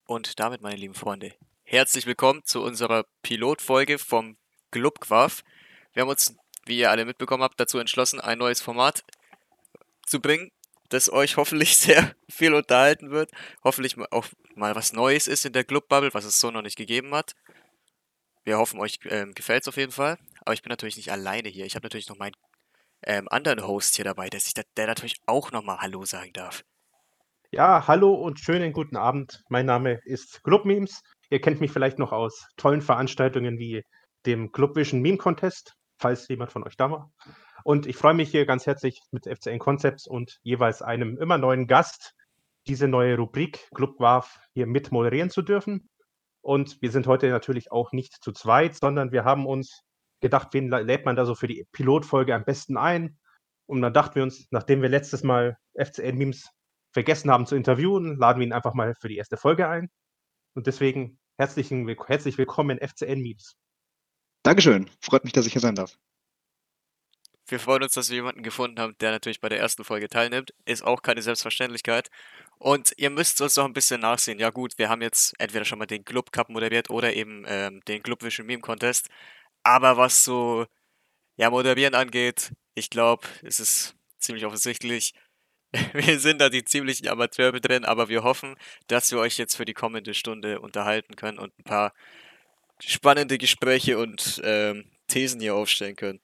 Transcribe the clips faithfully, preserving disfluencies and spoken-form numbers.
Und damit, meine lieben Freunde, herzlich willkommen zu unserer Pilotfolge vom Clubquaff. Wir haben uns, wie ihr alle mitbekommen habt, dazu entschlossen, ein neues Format zu bringen, das euch hoffentlich sehr viel unterhalten wird. Hoffentlich auch mal was Neues ist in der Clubbubble, was es so noch nicht gegeben hat. Wir hoffen, euch ähm, gefällt es auf jeden Fall. Aber ich bin natürlich nicht alleine hier. Ich habe natürlich noch meinen ähm, anderen Host hier dabei, der, sich da, der natürlich auch nochmal Hallo sagen darf. Ja, hallo und schönen guten Abend. Mein Name ist Clubmemes. Ihr kennt mich vielleicht noch aus tollen Veranstaltungen wie dem Clubvision Meme Contest, falls jemand von euch da war. Und ich freue mich hier ganz herzlich mit F C N Concepts und jeweils einem immer neuen Gast diese neue Rubrik Clubquaff hier mit moderieren zu dürfen. Und wir sind heute natürlich auch nicht zu zweit, sondern wir haben uns gedacht, wen lädt man da so für die Pilotfolge am besten ein? Und dann dachten wir uns, nachdem wir letztes Mal F C N-Memes vergessen haben zu interviewen, laden wir ihn einfach mal für die erste Folge ein. Und deswegen herzlichen, herzlich willkommen F C N-Memes. Dankeschön. Freut mich, dass ich hier sein darf. Wir freuen uns, dass wir jemanden gefunden haben, der natürlich bei der ersten Folge teilnimmt. Ist auch keine Selbstverständlichkeit. Und ihr müsst uns noch ein bisschen nachsehen. Ja gut, wir haben jetzt entweder schon mal den Club Cup moderiert oder eben ähm, den Club Vision Meme Contest. Aber was so ja, Moderieren angeht, ich glaube, es ist ziemlich offensichtlich. Wir sind da die ziemlichen Amateure drin, aber wir hoffen, dass wir euch jetzt für die kommende Stunde unterhalten können und ein paar spannende Gespräche und ähm, Thesen hier aufstellen können.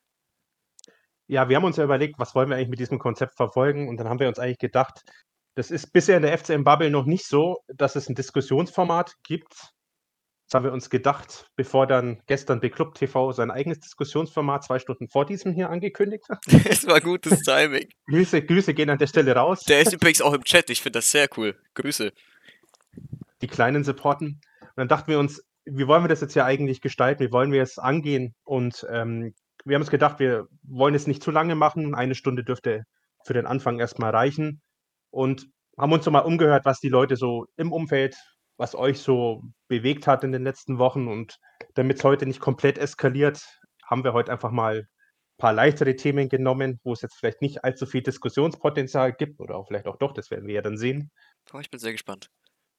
Ja, wir haben uns ja überlegt, was wollen wir eigentlich mit diesem Konzept verfolgen? Und dann haben wir uns eigentlich gedacht, das ist bisher in der F C N-Bubble noch nicht so, dass es ein Diskussionsformat gibt. Das haben wir uns gedacht, bevor dann gestern B-Club T V sein eigenes Diskussionsformat zwei Stunden vor diesem hier angekündigt hat. Es war gutes Timing. Grüße, Grüße gehen an der Stelle raus. Der ist übrigens auch im Chat, ich finde das sehr cool. Grüße. Die Kleinen supporten. Und dann dachten wir uns, wie wollen wir das jetzt hier eigentlich gestalten? Wie wollen wir es angehen? Und ähm, wir haben uns gedacht, wir wollen es nicht zu lange machen. Eine Stunde dürfte für den Anfang erstmal reichen. Und haben uns so mal umgehört, was die Leute so im Umfeld, was euch so bewegt hat in den letzten Wochen. Und damit es heute nicht komplett eskaliert, haben wir heute einfach mal ein paar leichtere Themen genommen, wo es jetzt vielleicht nicht allzu viel Diskussionspotenzial gibt oder auch vielleicht auch doch, das werden wir ja dann sehen. Oh, ich bin sehr gespannt.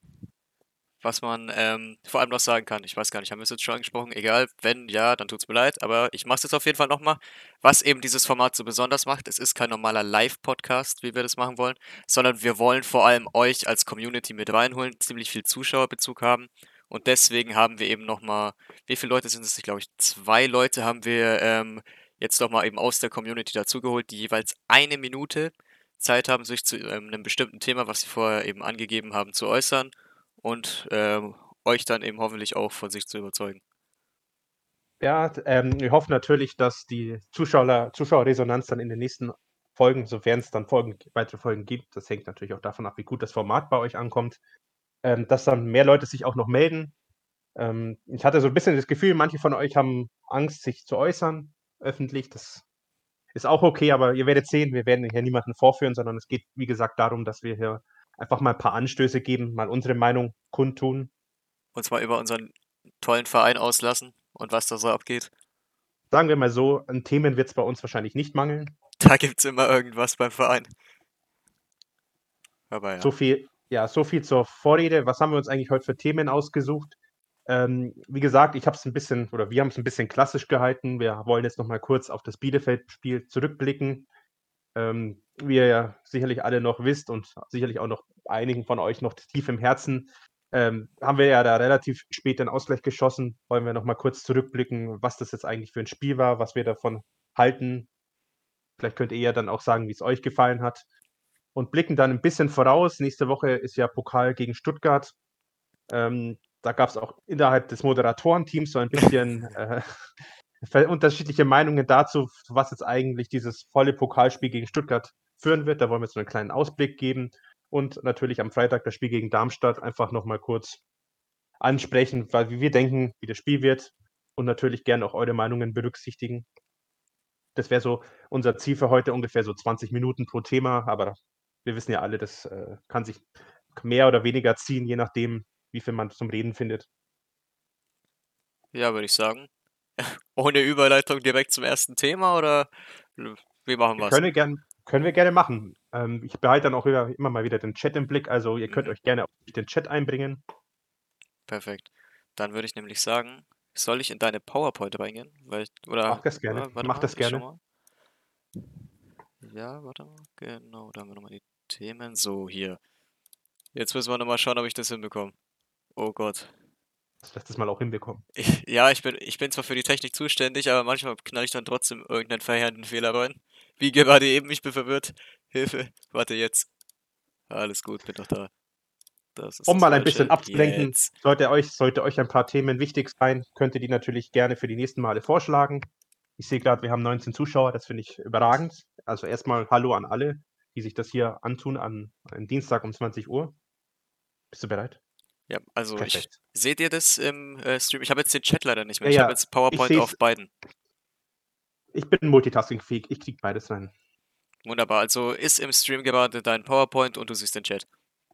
Was man ähm, vor allem noch sagen kann, ich weiß gar nicht, haben wir es jetzt schon angesprochen? Egal, wenn ja, dann tut's mir leid, aber ich mache es jetzt auf jeden Fall nochmal. Was eben dieses Format so besonders macht, es ist kein normaler Live-Podcast, wie wir das machen wollen, sondern wir wollen vor allem euch als Community mit reinholen, ziemlich viel Zuschauerbezug haben und deswegen haben wir eben nochmal, wie viele Leute sind es? Ich glaube, zwei Leute haben wir ähm, jetzt nochmal eben aus der Community dazugeholt, die jeweils eine Minute Zeit haben, sich zu ähm, einem bestimmten Thema, was sie vorher eben angegeben haben, zu äußern und ähm, euch dann eben hoffentlich auch von sich zu überzeugen. Ja, ähm, wir hoffen natürlich, dass die Zuschauer, Zuschauerresonanz dann in den nächsten Folgen, sofern es dann Folgen, weitere Folgen gibt, das hängt natürlich auch davon ab, wie gut das Format bei euch ankommt, ähm, dass dann mehr Leute sich auch noch melden. Ähm, ich hatte so ein bisschen das Gefühl, manche von euch haben Angst, sich zu äußern öffentlich. Das ist auch okay, aber ihr werdet sehen, wir werden hier niemanden vorführen, sondern es geht, wie gesagt, darum, dass wir hier einfach mal ein paar Anstöße geben, mal unsere Meinung kundtun. Uns mal über unseren tollen Verein auslassen und was da so abgeht. Sagen wir mal so, an Themen wird es bei uns wahrscheinlich nicht mangeln. Da gibt's immer irgendwas beim Verein. Aber ja. So viel, ja, so viel zur Vorrede. Was haben wir uns eigentlich heute für Themen ausgesucht? Ähm, wie gesagt, ich habe es ein bisschen, oder wir haben es ein bisschen klassisch gehalten. Wir wollen jetzt noch mal kurz auf das Bielefeld-Spiel zurückblicken. Ähm, wie ihr ja sicherlich alle noch wisst und sicherlich auch noch einigen von euch noch tief im Herzen, ähm, haben wir ja da relativ spät den Ausgleich geschossen. Wollen wir noch mal kurz zurückblicken, was das jetzt eigentlich für ein Spiel war, was wir davon halten. Vielleicht könnt ihr ja dann auch sagen, wie es euch gefallen hat. Und blicken dann ein bisschen voraus. Nächste Woche ist ja Pokal gegen Stuttgart. Ähm, da gab es auch innerhalb des Moderatorenteams so ein bisschen äh, unterschiedliche Meinungen dazu, was jetzt eigentlich dieses volle Pokalspiel gegen Stuttgart führen wird. Da wollen wir jetzt so einen kleinen Ausblick geben. Und natürlich am Freitag das Spiel gegen Darmstadt einfach nochmal kurz ansprechen, weil wie wir denken, wie das Spiel wird. Und natürlich gerne auch eure Meinungen berücksichtigen. Das wäre so unser Ziel für heute, ungefähr so zwanzig Minuten pro Thema. Aber wir wissen ja alle, das äh, kann sich mehr oder weniger ziehen, je nachdem, wie viel man zum Reden findet. Ja, würde ich sagen. Ohne Überleitung direkt zum ersten Thema oder wie machen Wir wir's? können, gern, können wir gerne machen. Ähm, ich behalte dann auch immer, immer mal wieder den Chat im Blick, also ihr könnt Mhm. euch gerne auf den Chat einbringen. Perfekt. Dann würde ich nämlich sagen, soll ich in deine PowerPoint reingehen? Weil, oder, Mach das gerne, wa- warte mach mal, das ich schau gerne. mal. Ja, warte mal, genau, da haben wir nochmal die Themen. So, hier. Jetzt müssen wir nochmal schauen, ob ich das hinbekomme. Oh Gott. Dass wir das mal auch hinbekommen. Ich, ja, ich bin, ich bin zwar für die Technik zuständig, aber manchmal knall ich dann trotzdem irgendeinen verheerenden Fehler rein. Wie gerade eben, ich bin verwirrt. Hilfe. Warte jetzt. Alles gut, bin doch da. Das ist Um das mal ein bisschen Falsche. abzulenken, Jetzt. sollte euch, sollte euch ein paar Themen wichtig sein, könnt ihr die natürlich gerne für die nächsten Male vorschlagen. Ich sehe gerade, wir haben neunzehn Zuschauer, das finde ich überragend. Also erstmal Hallo an alle, die sich das hier antun an einem Dienstag um zwanzig Uhr. Bist du bereit? Ja, also ich. Perfekt. Seht ihr das im äh, Stream? Ich habe jetzt den Chat leider nicht mehr. Ja, Ich habe ja, jetzt ich PowerPoint sehe auf es. beiden. Ich bin multitaskingfähig, ich kriege beides rein. Wunderbar. Also ist im Stream gerade dein PowerPoint und du siehst den Chat.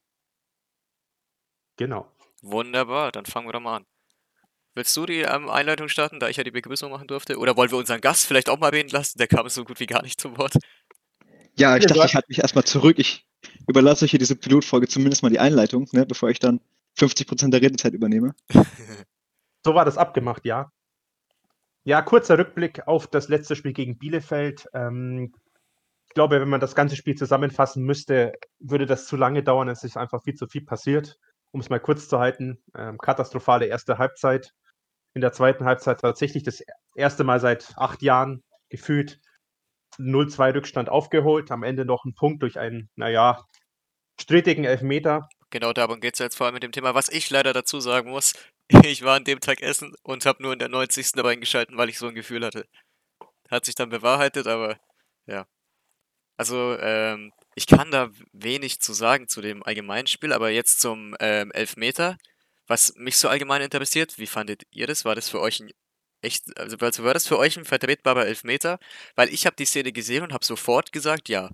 Genau. Wunderbar, dann fangen wir doch mal an. Willst du die ähm, Einleitung starten, da ich ja die Begrüßung machen durfte? Oder wollen wir unseren Gast vielleicht auch mal reden lassen? Der kam so gut wie gar nicht zum Wort. Ja, ich Ihr dachte, sollt- ich halte mich erstmal zurück. Ich überlasse euch hier diese Pilotfolge zumindest mal die Einleitung, ne, bevor ich dann fünfzig Prozent der Redezeit übernehme. So war das abgemacht, ja. Ja, kurzer Rückblick auf das letzte Spiel gegen Bielefeld. Ähm, ich glaube, wenn man das ganze Spiel zusammenfassen müsste, würde das zu lange dauern. Es ist einfach viel zu viel passiert. Um es mal kurz zu halten, ähm, katastrophale erste Halbzeit. In der zweiten Halbzeit tatsächlich das erste Mal seit acht Jahren gefühlt null zwei Rückstand aufgeholt. Am Ende noch ein Punkt durch einen, naja, strittigen Elfmeter. Genau darum geht es jetzt vor allem mit dem Thema, was ich leider dazu sagen muss. Ich war an dem Tag essen und habe nur in der neunzigsten reingeschalten, weil ich so ein Gefühl hatte. Hat sich dann bewahrheitet, aber ja. Also, ähm, ich kann da wenig zu sagen zu dem allgemeinen Spiel, aber jetzt zum ähm, Elfmeter. Was mich so allgemein interessiert, wie fandet ihr das? War das für euch ein echt, also also war das für euch ein vertretbarer Elfmeter? Weil ich habe die Szene gesehen und habe sofort gesagt, ja.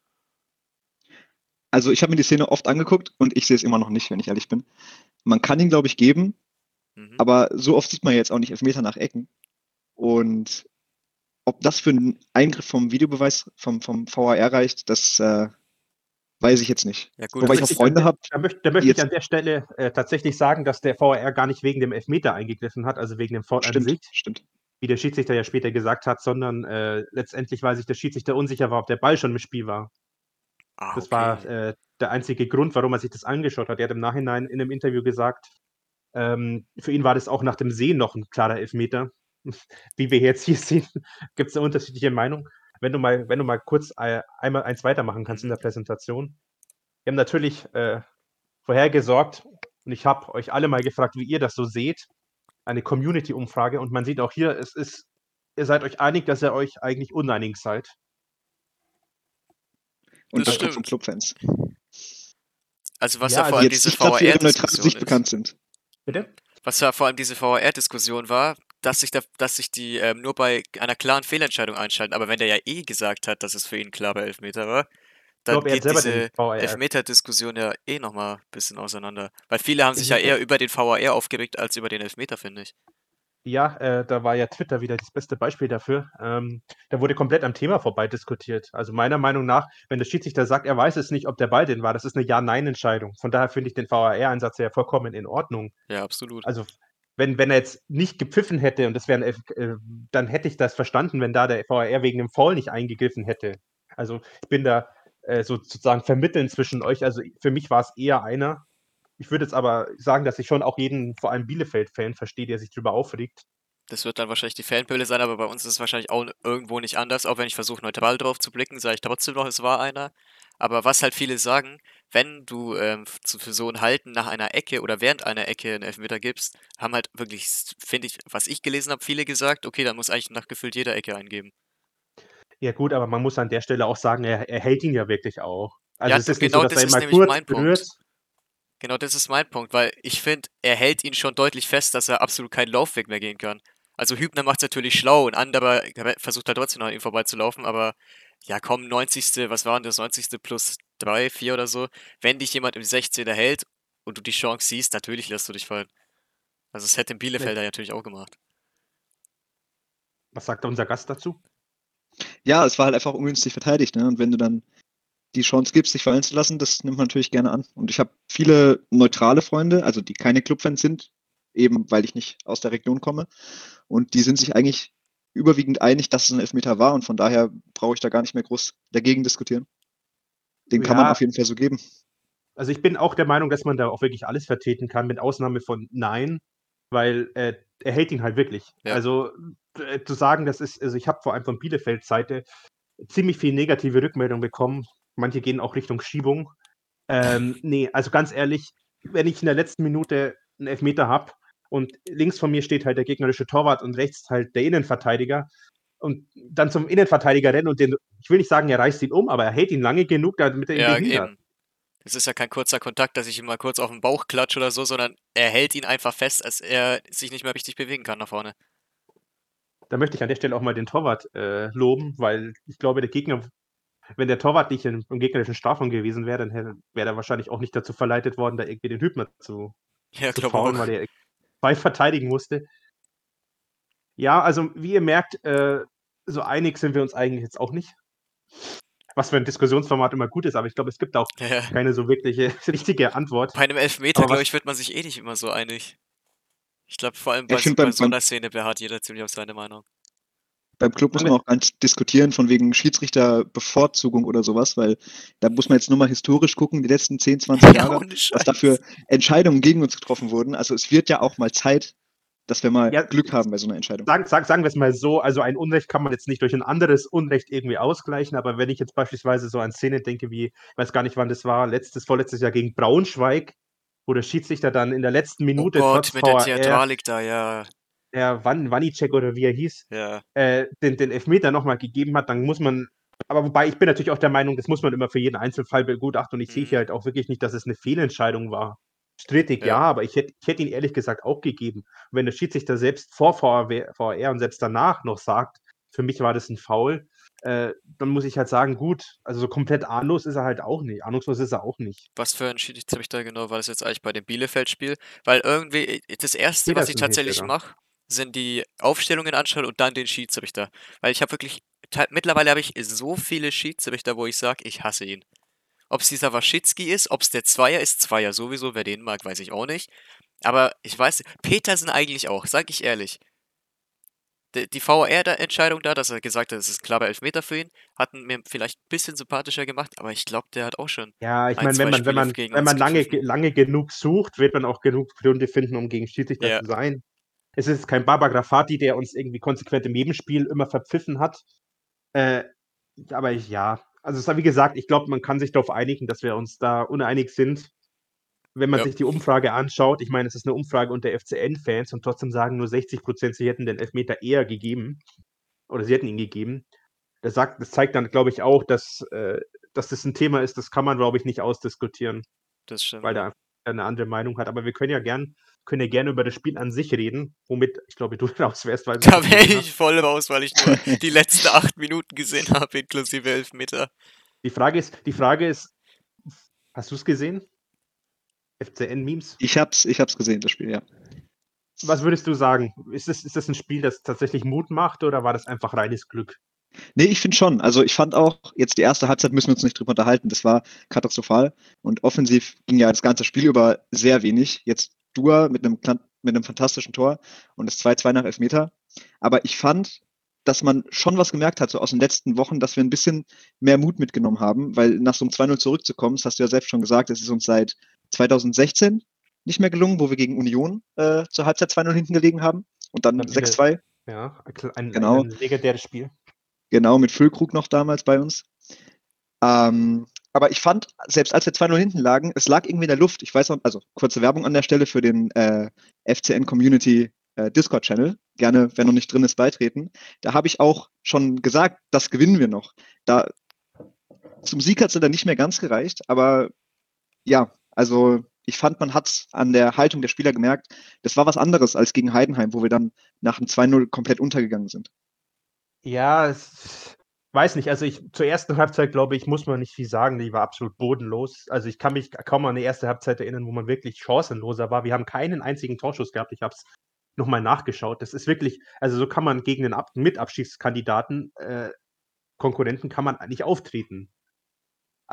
Also ich habe mir die Szene oft angeguckt und ich sehe es immer noch nicht, wenn ich ehrlich bin. Man kann ihn, glaube ich, geben, Mhm. aber so oft sieht man jetzt auch nicht Elfmeter nach Ecken. Und ob das für einen Eingriff vom Videobeweis vom, vom V A R reicht, das äh, weiß ich jetzt nicht. Ja gut, Wobei das ich auch Möchte ist, ich an Freunde der, habe, da möchte, da die möchte ich an jetzt der Stelle äh, tatsächlich sagen, dass der V A R gar nicht wegen dem Elfmeter eingegriffen hat, also wegen dem Foul an stimmt, sich, stimmt. wie der Schiedsrichter ja später gesagt hat, sondern äh, letztendlich, weil sich der Schiedsrichter unsicher war, ob der Ball schon im Spiel war. ah, Das war okay. äh, der einzige Grund, warum er sich das angeschaut hat. Er hat im Nachhinein in einem Interview gesagt, ähm, für ihn war das auch nach dem Sehen noch ein klarer Elfmeter. Wie wir jetzt hier sehen, gibt es eine unterschiedliche Meinung. Wenn du mal, wenn du mal kurz äh, einmal eins weitermachen kannst in Mhm. der Präsentation. Wir haben natürlich äh, vorhergesorgt und ich habe euch alle mal gefragt, wie ihr das so seht. Eine Community-Umfrage und man sieht auch hier, es ist, ihr seid euch einig, dass ihr euch eigentlich uneinig seid. Und Das das kommt von stimmt. Clubfans, Also was Ja, ja vor also allem die jetzt diese nicht gerade für ihre neutrale V A R-Diskussion Sicht ist. bekannt sind. bitte? Was ja vor allem diese V A R-Diskussion war, dass sich, da, dass sich die ähm, nur bei einer klaren Fehlentscheidung einschalten. Aber wenn der ja eh gesagt hat, dass es für ihn ein klarer Elfmeter war, Ich dann glaube, er hat geht selber den diese V A R. Elfmeter-Diskussion ja eh nochmal ein bisschen auseinander. Weil viele haben sich ja Sicher? eher über den V A R aufgeregt als über den Elfmeter, finde ich. Ja, äh, da war ja Twitter wieder das beste Beispiel dafür. Ähm, da wurde komplett am Thema vorbei diskutiert. Also meiner Meinung nach, wenn der Schiedsrichter sagt, er weiß es nicht, ob der Ball den war, das ist eine Ja-Nein-Entscheidung. Von daher finde ich den V A R-Einsatz ja vollkommen in Ordnung. Ja, absolut. Also wenn, wenn er jetzt nicht gepfiffen hätte und das wäre ein Elf, äh, dann hätte ich das verstanden, wenn da der V A R wegen dem Foul nicht eingegriffen hätte. Also ich bin da äh, so sozusagen vermitteln zwischen euch. Also für mich war es eher einer. Ich würde jetzt aber sagen, dass ich schon auch jeden, vor allem Bielefeld-Fan, verstehe, der sich darüber aufregt. Das wird dann wahrscheinlich die Fanpöle sein, aber bei uns ist es wahrscheinlich auch irgendwo nicht anders. Auch wenn ich versuche, neutral drauf zu blicken, sage ich trotzdem noch, es war einer. Aber was halt viele sagen, wenn du ähm, zu- für so ein Halten nach einer Ecke oder während einer Ecke einen Elfmeter gibst, haben halt wirklich, finde ich, was ich gelesen habe, viele gesagt, okay, dann muss eigentlich nach gefühlt jeder Ecke eingeben. Ja gut, aber man muss an der Stelle auch sagen, er, er hält ihn ja wirklich auch. Also Ja, es und ist nicht so, genau dass das er ihn ist mal nämlich kurz mein berührt. Punkt. Genau das ist mein Punkt, weil ich finde, er hält ihn schon deutlich fest, dass er absolut keinen Laufweg mehr gehen kann. Also Hübner macht es natürlich schlau und anderer versucht halt trotzdem noch an ihm vorbeizulaufen, aber ja komm, neunzigste, was war denn das, neunzigste plus drei, vier oder so, wenn dich jemand im sechzehner hält und du die Chance siehst, natürlich lässt du dich fallen. Also das hätte ein Bielefelder natürlich auch gemacht. Was sagt unser Gast dazu? Ja, es war halt einfach ungünstig verteidigt, ne? Und wenn du dann die Chance gibt, sich fallen zu lassen, das nimmt man natürlich gerne an. Und ich habe viele neutrale Freunde, also die keine Clubfans sind, eben weil ich nicht aus der Region komme. Und die sind sich eigentlich überwiegend einig, dass es ein Elfmeter war. Und von daher brauche ich da gar nicht mehr groß dagegen diskutieren. Den kann man Ja, auf jeden Fall so geben. also ich bin auch der Meinung, dass man da auch wirklich alles vertreten kann, mit Ausnahme von Nein, weil äh, er hält ihn halt wirklich. Ja. Also äh, zu sagen, das ist, also ich habe vor allem von Bielefeld Seite ziemlich viel negative Rückmeldung bekommen. Manche gehen auch Richtung Schiebung. Ähm, nee, also ganz ehrlich, wenn ich in der letzten Minute einen Elfmeter habe und links von mir steht halt der gegnerische Torwart und rechts halt der Innenverteidiger und dann zum Innenverteidiger rennen und den, ich will nicht sagen, er reißt ihn um, aber er hält ihn lange genug, damit er ihn Ja, behindert. eben. Es ist ja kein kurzer Kontakt, dass ich ihm mal kurz auf den Bauch klatsche oder so, sondern er hält ihn einfach fest, als er sich nicht mehr richtig bewegen kann nach vorne. Da möchte ich an der Stelle auch mal den Torwart äh, loben, weil ich glaube, der Gegner, wenn der Torwart nicht im, im gegnerischen Strafraum gewesen wäre, dann wäre er wahrscheinlich auch nicht dazu verleitet worden, da irgendwie den Hübner zu, Ja, zu glaube faulen, auch. weil er zwei verteidigen musste. Ja, also wie ihr merkt, äh, so einig sind wir uns eigentlich jetzt auch nicht. Was für ein Diskussionsformat immer gut ist, aber ich glaube, es gibt auch Ja. keine so wirkliche richtige Antwort. Bei einem Elfmeter, Aber glaube was- ich, wird man sich eh nicht immer so einig. Ich glaube, vor allem Ja, bei, ich so, find, bei beim- so einer beim- Szene beharrt jeder ziemlich auf seine Meinung. Beim Club muss man auch gar nicht diskutieren von wegen Schiedsrichterbevorzugung oder sowas, weil da muss man jetzt nur mal historisch gucken, die letzten zehn, zwanzig Ja, Jahre, ohne was Scheiß. dafür Entscheidungen gegen uns getroffen wurden. Also es wird ja auch mal Zeit, dass wir mal Ja, Glück haben bei so einer Entscheidung. Sagen, sagen, sagen wir es mal so, also ein Unrecht kann man jetzt nicht durch ein anderes Unrecht irgendwie ausgleichen, aber wenn ich jetzt beispielsweise so an Szene denke, wie, ich weiß gar nicht, wann das war, letztes, vorletztes Jahr gegen Braunschweig, wo der Schiedsrichter dann in der letzten Oh Minute Gott, trotz mit der V A R, Theatralik da, ja. der Wan, Wanicek oder wie er hieß, Ja, äh, den, den Elfmeter nochmal gegeben hat, dann muss man, aber wobei ich bin natürlich auch der Meinung, das muss man immer für jeden Einzelfall begutachten und ich sehe Mhm. hier halt auch wirklich nicht, dass es eine Fehlentscheidung war. Strittig, Ja. ja, aber ich hätte ich hätte ihn ehrlich gesagt auch gegeben. Und wenn der Schiedsrichter selbst vor V A R und selbst danach noch sagt, für mich war das ein Foul, äh, dann muss ich halt sagen, gut, also so komplett ahnlos ist er halt auch nicht. Ahnungslos ist er auch nicht. Was für ein Schiedsrichter genau war das jetzt eigentlich bei dem Bielefeld-Spiel? Weil irgendwie, äh, das Erste, was ich Petersen hieß der tatsächlich da. mache, sind die Aufstellungen anschauen und dann den Schiedsrichter. Weil ich habe wirklich, te- mittlerweile habe ich so viele Schiedsrichter, wo ich sage, ich hasse ihn. Ob es dieser Waschitzki ist, ob es der Zweier ist, Zweier sowieso, wer den mag, weiß ich auch nicht. Aber ich weiß, Petersen eigentlich auch, sag ich ehrlich. Die, die V A R-Entscheidung da, dass er gesagt hat, es ist ein klarer Elfmeter für ihn, hat ihn mir vielleicht ein bisschen sympathischer gemacht, aber ich glaube, der hat auch schon Ja, ich ein, meine, wenn zwei man, wenn Spiele man, gegen wenn uns man lange, gepfiffen. ge- lange genug sucht, wird man auch genug Gründe finden, um gegen Schiedsrichter Ja. zu sein. Es ist kein Baba Grafati, der uns irgendwie konsequent im Nebenspiel immer verpfiffen hat. Äh, aber ich, ja, also es war wie gesagt, ich glaube, man kann sich darauf einigen, dass wir uns da uneinig sind. Wenn man Ja. sich die Umfrage anschaut, ich meine, es ist eine Umfrage unter F C N-Fans und trotzdem sagen nur sechzig Prozent, sie hätten den Elfmeter eher gegeben oder sie hätten ihn gegeben. Das, sagt, das zeigt dann, glaube ich, auch, dass, äh, dass das ein Thema ist, das kann man, glaube ich, nicht ausdiskutieren, Das stimmt. weil Ja. da einfach eine andere Meinung hat. Aber wir können ja gern, können ja gerne über das Spiel an sich reden, womit, ich glaube, du raus wärst, weil du Da es wäre gesehen hast. ich voll raus, weil ich nur die letzten acht Minuten gesehen habe, inklusive Elfmeter. Die Frage ist, die Frage ist, hast du es gesehen? F C N-Memes? Ich hab's, ich hab's gesehen, das Spiel, ja. Was würdest du sagen? Ist das, ist das ein Spiel, das tatsächlich Mut macht oder war das einfach reines Glück? Nee, ich finde schon. Also ich fand auch, jetzt die erste Halbzeit müssen wir uns nicht drüber unterhalten. Das war katastrophal. Und offensiv ging ja das ganze Spiel über sehr wenig. Jetzt Dua mit einem, klan- mit einem fantastischen Tor und das zwei zwei nach Elfmeter. Aber ich fand, dass man schon was gemerkt hat, so aus den letzten Wochen, dass wir ein bisschen mehr Mut mitgenommen haben, weil nach so einem zwei null zurückzukommen, das hast du ja selbst schon gesagt, es ist uns seit zwanzig sechzehn nicht mehr gelungen, wo wir gegen Union äh, zur Halbzeit zwei null hinten gelegen haben und dann Am Ende- sechs zwei. Ja, ein, Genau. ein legendäres Spiel. Genau, mit Füllkrug noch damals bei uns. Ähm, aber ich fand, selbst als wir zwei null hinten lagen, es lag irgendwie in der Luft. Ich weiß noch, also kurze Werbung an der Stelle für den äh, F C N Community äh, Discord-Channel. Gerne, wenn noch nicht drin ist, beitreten. Da habe ich auch schon gesagt, das gewinnen wir noch. Da, zum Sieg hat es dann nicht mehr ganz gereicht, aber ja, also ich fand, man hat es an der Haltung der Spieler gemerkt, das war was anderes als gegen Heidenheim, wo wir dann nach dem zwei null komplett untergegangen sind. Ja, es, weiß nicht. Also ich zur ersten Halbzeit, glaube ich, muss man nicht viel sagen. Die war absolut bodenlos. Also ich kann mich kaum an die erste Halbzeit erinnern, wo man wirklich chancenloser war. Wir haben keinen einzigen Torschuss gehabt. Ich habe es nochmal nachgeschaut. Das ist wirklich, also so kann man gegen den Ab Mitabstiegskandidaten, äh, Konkurrenten kann man nicht auftreten.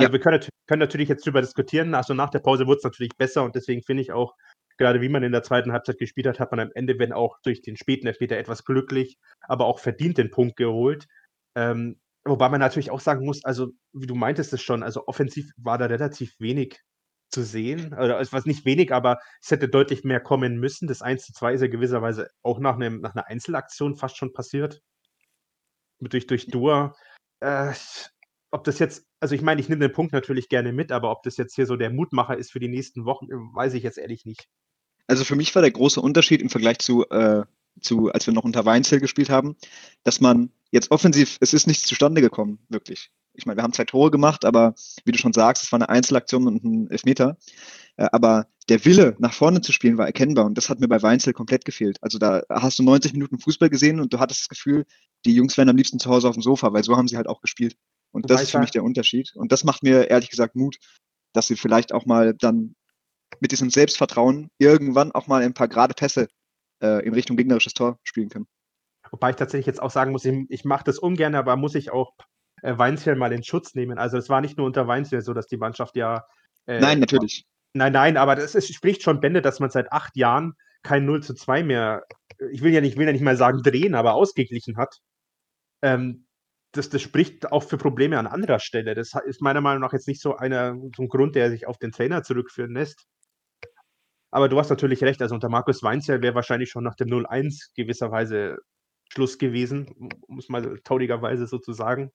Also Ja. wir können, können natürlich jetzt drüber diskutieren. Also nach der Pause wurde es natürlich besser und deswegen finde ich auch, gerade wie man in der zweiten Halbzeit gespielt hat, hat man am Ende, wenn auch durch den späten Elfmeter etwas glücklich, aber auch verdient den Punkt geholt. Ähm, wobei man natürlich auch sagen muss, also wie du meintest es schon, also offensiv war da relativ wenig zu sehen. Oder es war nicht wenig, aber es hätte deutlich mehr kommen müssen. Das eins zu zwei ist ja gewisserweise auch nach, einem, nach einer Einzelaktion fast schon passiert. Durch, durch Dua. Äh, ob das jetzt, also ich meine, ich nehme den Punkt natürlich gerne mit, aber ob das jetzt hier so der Mutmacher ist für die nächsten Wochen, weiß ich jetzt ehrlich nicht. Also für mich war der große Unterschied im Vergleich zu, äh, zu als wir noch unter Weinzel gespielt haben, dass man jetzt offensiv, es ist nichts zustande gekommen, wirklich. Ich meine, wir haben zwei Tore gemacht, aber wie du schon sagst, es war eine Einzelaktion und ein Elfmeter. Äh, aber der Wille, nach vorne zu spielen, war erkennbar und das hat mir bei Weinzel komplett gefehlt. Also da hast du neunzig Minuten Fußball gesehen und du hattest das Gefühl, die Jungs wären am liebsten zu Hause auf dem Sofa, weil so haben sie halt auch gespielt. Und Wobei das ich ist für mich sag- der Unterschied. Und das macht mir ehrlich gesagt Mut, dass sie vielleicht auch mal dann mit diesem Selbstvertrauen irgendwann auch mal ein paar gerade Pässe äh, in Richtung gegnerisches Tor spielen können. Wobei ich tatsächlich jetzt auch sagen muss, ich, ich mache das ungern, aber muss ich auch äh, Weinzel mal in Schutz nehmen. Also es war nicht nur unter Weinzel so, dass die Mannschaft ja... Äh, Nein, natürlich. Nein, nein, aber das ist, spricht schon Bände, dass man seit acht Jahren kein null zu zwei mehr, ich will ja nicht, will ja nicht mal sagen drehen, aber ausgeglichen hat. Ähm, das, das spricht auch für Probleme an anderer Stelle. Das ist meiner Meinung nach jetzt nicht so, einer, so ein Grund, der sich auf den Trainer zurückführen lässt. Aber du hast natürlich recht, also unter Markus Weinzel wäre wahrscheinlich schon nach dem null eins gewisserweise Schluss gewesen, um es mal taudigerweise so zu sagen.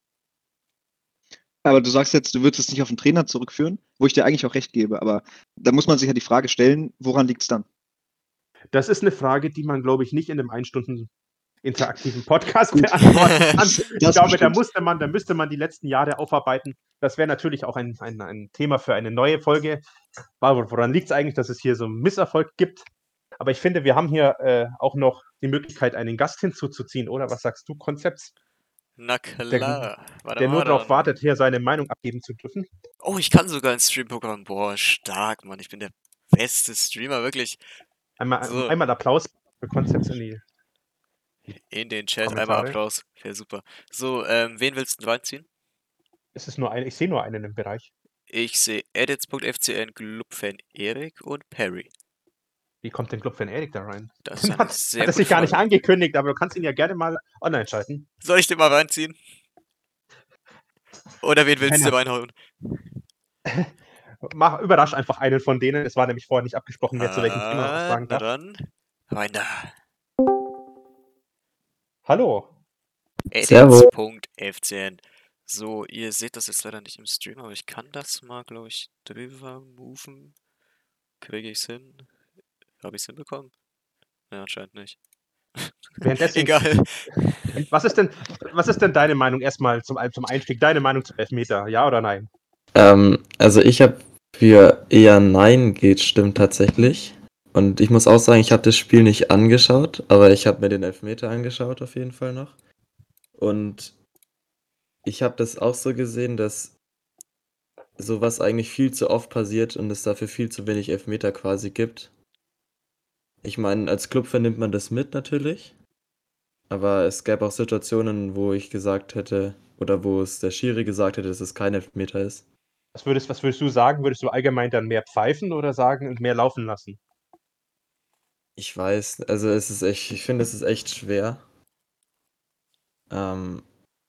Aber du sagst jetzt, du würdest es nicht auf den Trainer zurückführen, wo ich dir eigentlich auch recht gebe. Aber da muss man sich ja die Frage stellen, woran liegt es dann? Das ist eine Frage, die man, glaube ich, nicht in einem ein Stunden interaktiven Podcast beantworten kann. Ich glaube, da musste man, da müsste man die letzten Jahre aufarbeiten. Das wäre natürlich auch ein, ein, ein Thema für eine neue Folge. Woran liegt es eigentlich, dass es hier so einen Misserfolg gibt? Aber ich finde, wir haben hier äh, auch noch die Möglichkeit, einen Gast hinzuzuziehen, oder? Was sagst du, Konzepts? Na klar. Der, Warte der mal, nur darauf dann. wartet, hier seine Meinung abgeben zu dürfen. Oh, ich kann sogar ein Stream-Programm. Boah, stark, Mann. Ich bin der beste Streamer, wirklich. Einmal, So. einmal Applaus für Konzepts in die In den Chat, Kommentare. einmal Applaus. Wäre super. So, ähm, wen willst du reinziehen? Es ist nur ein, ich sehe nur einen im Bereich. Ich sehe edits.fcn, Clubfan Erik und Perry. Wie kommt denn Clubfan Erik da rein? Das ist eine hat sehr hat er gute sich gar nicht Frage. angekündigt, aber du kannst ihn ja gerne mal online schalten. Soll ich den mal reinziehen? Oder wen willst Keiner. du reinhauen? Mach, überrasch einfach einen von denen. Es war nämlich vorher nicht abgesprochen, wer zu welchem Thema was Ah, sagen na darf. dann. Rein da. Hallo. edits.fcn. So, ihr seht das jetzt leider nicht im Stream, aber ich kann das mal, glaube ich, drüber moven. Kriege ich's hin? Habe ich's hinbekommen? Ja, anscheinend nicht. Währenddessen, Egal. Was ist denn, was ist denn deine Meinung erstmal zum, zum Einstieg? Deine Meinung zum Elfmeter, ja oder nein? Ähm, also ich habe für eher Nein geht stimmt tatsächlich. Und ich muss auch sagen, ich habe das Spiel nicht angeschaut, aber ich habe mir den Elfmeter angeschaut auf jeden Fall noch. Und ich habe das auch so gesehen, dass sowas eigentlich viel zu oft passiert und es dafür viel zu wenig Elfmeter quasi gibt. Ich meine, als Club vernimmt man das mit natürlich. Aber es gäbe auch Situationen, wo ich gesagt hätte, oder wo es der Schiri gesagt hätte, dass es kein Elfmeter ist. Was würdest, was würdest du sagen? Würdest du allgemein dann mehr pfeifen oder sagen und mehr laufen lassen? Ich weiß, also es ist echt, ich finde, es ist echt schwer. Ähm,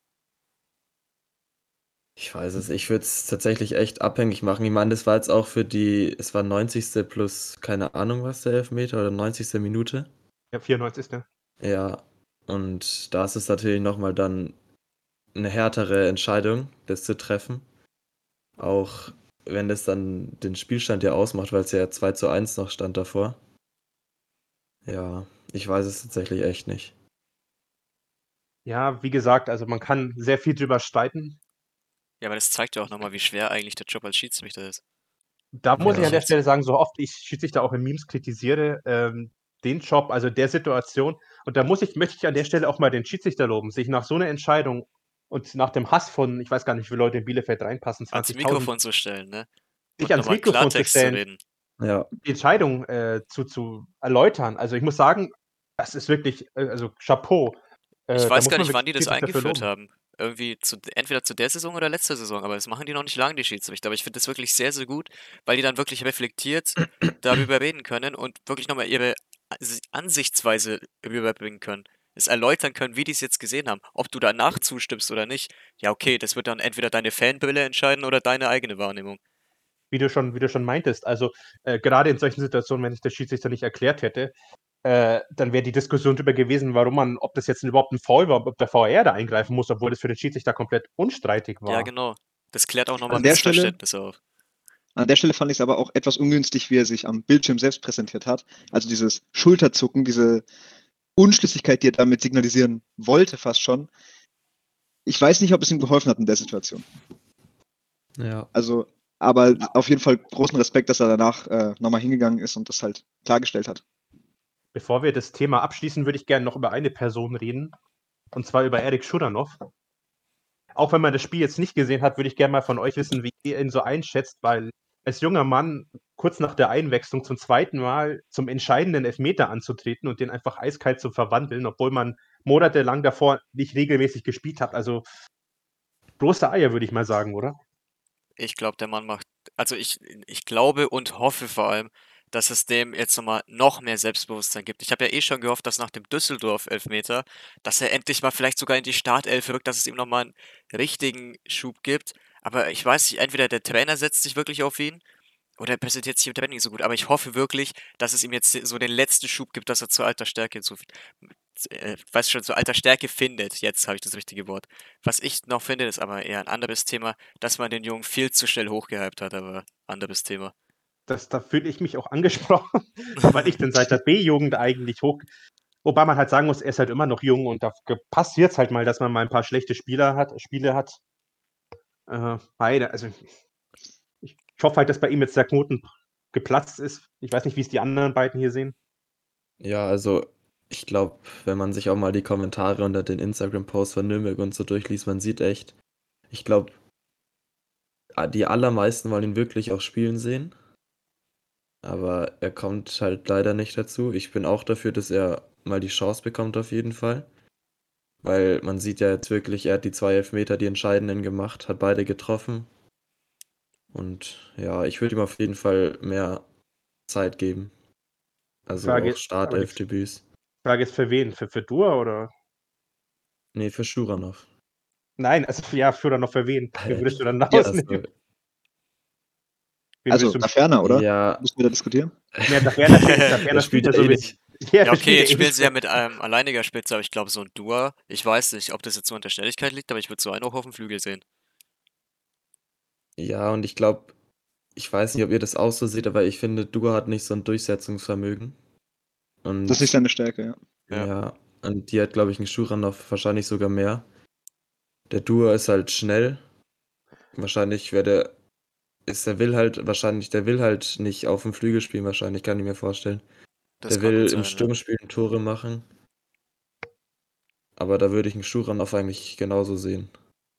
ich weiß es, ich würde es tatsächlich echt abhängig machen. Ich meine, das war jetzt auch für die, es war neunzigste plus keine Ahnung was der Elfmeter oder neunzigste Minute. Ja, vierundneunzigste Ja, und da ist es natürlich nochmal dann eine härtere Entscheidung, das zu treffen. Auch wenn das dann den Spielstand ja ausmacht, weil es ja zwei zu eins noch stand davor. Ja, ich weiß es tatsächlich echt nicht. Ja, wie gesagt, also man kann sehr viel drüber streiten. Ja, aber das zeigt ja auch nochmal, wie schwer eigentlich der Job als Schiedsrichter ist. Da muss Ja. ich an der Stelle sagen, so oft ich Schiedsrichter auch in Memes kritisiere, ähm, den Job, also der Situation, und da muss ich, möchte ich an der Stelle auch mal den Schiedsrichter loben, sich nach so einer Entscheidung und nach dem Hass von, ich weiß gar nicht, wie viele Leute in Bielefeld reinpassen, Ans zwanzigtausend, Mikrofon zu stellen, ne? sich Und ans nochmal Mikrofon zu Klartext zu stellen, reden. Ja, die Entscheidung äh, zu, zu erläutern. Also ich muss sagen, das ist wirklich, äh, also Chapeau. Äh, Ich da weiß muss gar man nicht, wann die wirklich das Schiedsrichter für eingeführt loben. haben. Irgendwie zu, entweder zu der Saison oder letzter Saison, aber das machen die noch nicht lange, die Schiedsrichter. Aber ich finde das wirklich sehr, sehr gut, weil die dann wirklich reflektiert darüber reden können und wirklich nochmal ihre As- Ansichtsweise rüberbringen können. Es erläutern können, wie die es jetzt gesehen haben. Ob du danach zustimmst oder nicht. Ja, okay, das wird dann entweder deine Fanbrille entscheiden oder deine eigene Wahrnehmung. Wie du schon, wie du schon meintest, also äh, gerade in solchen Situationen, wenn ich der Schiedsrichter nicht erklärt hätte, äh, dann wäre die Diskussion darüber gewesen, warum man, ob das jetzt überhaupt ein Foul war, ob der V A R da eingreifen muss, obwohl das für den Schiedsrichter komplett unstreitig Ja, war. genau. Das klärt auch nochmal An der Stelle, Missverständnisse auf. an der Stelle fand ich es aber auch etwas ungünstig, wie er sich am Bildschirm selbst präsentiert hat. Also dieses Schulterzucken, diese Unschlüssigkeit, die er damit signalisieren wollte, fast schon. Ich weiß nicht, ob es ihm geholfen hat in der Situation. Ja. Also, aber auf jeden Fall großen Respekt, dass er danach äh, nochmal hingegangen ist und das halt klargestellt hat. Bevor wir das Thema abschließen, würde ich gerne noch über eine Person reden. Und zwar über Erik Schuranov. Auch wenn man das Spiel jetzt nicht gesehen hat, würde ich gerne mal von euch wissen, wie ihr ihn so einschätzt, weil als junger Mann kurz nach der Einwechslung zum zweiten Mal zum entscheidenden Elfmeter anzutreten und den einfach eiskalt zu verwandeln, obwohl man monatelang davor nicht regelmäßig gespielt hat. Also große Eier, würde ich mal sagen, oder? Ich glaube, der Mann macht, also ich, ich glaube und hoffe vor allem, dass es dem jetzt nochmal noch mehr Selbstbewusstsein gibt. Ich habe ja eh schon gehofft, dass nach dem Düsseldorf-Elfmeter, dass er endlich mal vielleicht sogar in die Startelf rückt, dass es ihm nochmal einen richtigen Schub gibt. Aber ich weiß nicht, entweder der Trainer setzt sich wirklich auf ihn oder er präsentiert sich im Training nicht so gut. Aber ich hoffe wirklich, dass es ihm jetzt so den letzten Schub gibt, dass er zur alter Stärke zu, äh, weiß schon, zur alter Stärke findet. Jetzt habe ich das richtige Wort. Was ich noch finde, ist aber eher ein anderes Thema, dass man den Jungen viel zu schnell hochgehypt hat, aber anderes Thema. Das, da fühle ich mich auch angesprochen, weil ich den seit der B-Jugend eigentlich hoch. Wobei man halt sagen muss, er ist halt immer noch jung und da passiert es halt mal, dass man mal ein paar schlechte Spieler hat, Spiele hat. Äh, beide, also ich, ich hoffe halt, dass bei ihm jetzt der Knoten geplatzt ist. Ich weiß nicht, wie es die anderen beiden hier sehen. Ja, also ich glaube, wenn man sich auch mal die Kommentare unter den Instagram-Posts von Nürnberg und so durchliest, man sieht echt, ich glaube, die allermeisten wollen ihn wirklich auch spielen sehen. Aber er kommt halt leider nicht dazu. Ich bin auch dafür, dass er mal die Chance bekommt, auf jeden Fall. Weil man sieht ja jetzt wirklich, er hat die zwei Elfmeter, die entscheidenden gemacht, hat beide getroffen. Und ja, ich würde ihm auf jeden Fall mehr Zeit geben. Also Frage, auch aber die Startelf-Debüts. Frage ist für wen? Für, für Dua oder? Nee, für Schuranov. Nein, also ja, für dann noch für wen? Wen würdest du dann Ja, rausnehmen? Also, Wen Also, würdest du da ferner, oder? ja, Müssen wir da diskutieren? Ja, der Ferner spielt, der der Ferner spielt spielt ja ja eh so wie. nicht. Ja, Ja, der okay, spielt jetzt eh spielen nicht. sie ja mit einem alleiniger Spitze, aber ich glaube, so ein Dua, ich weiß nicht, ob das jetzt so an der Schnelligkeit liegt, aber ich würde so einen auch auf dem Flügel sehen. Ja, und ich glaube, ich weiß nicht, ob ihr das auch so seht, aber ich finde, Dua hat nicht so ein Durchsetzungsvermögen. Und Das ist nicht seine Stärke, ja. Ja. ja, und die hat, glaube ich, ein Schuranov wahrscheinlich sogar mehr. Der Dua ist halt schnell. Wahrscheinlich wäre der, ist der will halt, wahrscheinlich, der will halt nicht auf dem Flügel spielen, wahrscheinlich, kann ich mir vorstellen. Das Der kann will gut im sein, Sturm ja. spielen, Tore machen. Aber da würde ich einen Schuranov eigentlich genauso sehen.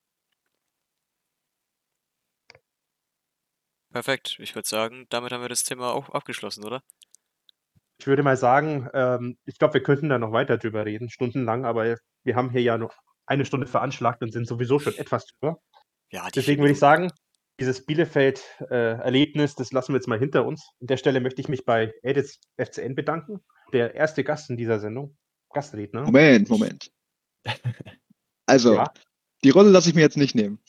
Perfekt, ich würde sagen, damit haben wir das Thema auch abgeschlossen, oder? Ich würde mal sagen, ähm, ich glaube, wir könnten da noch weiter drüber reden, stundenlang, aber wir haben hier ja noch eine Stunde veranschlagt und sind sowieso schon etwas drüber. Ja, die vier Deswegen würde ich Minuten. sagen, dieses Bielefeld-Erlebnis, das lassen wir jetzt mal hinter uns. An der Stelle möchte ich mich bei Edits F C N bedanken, der erste Gast in dieser Sendung, Gastredner. Moment, Moment. Also, Ja, die Rolle lasse ich mir jetzt nicht nehmen.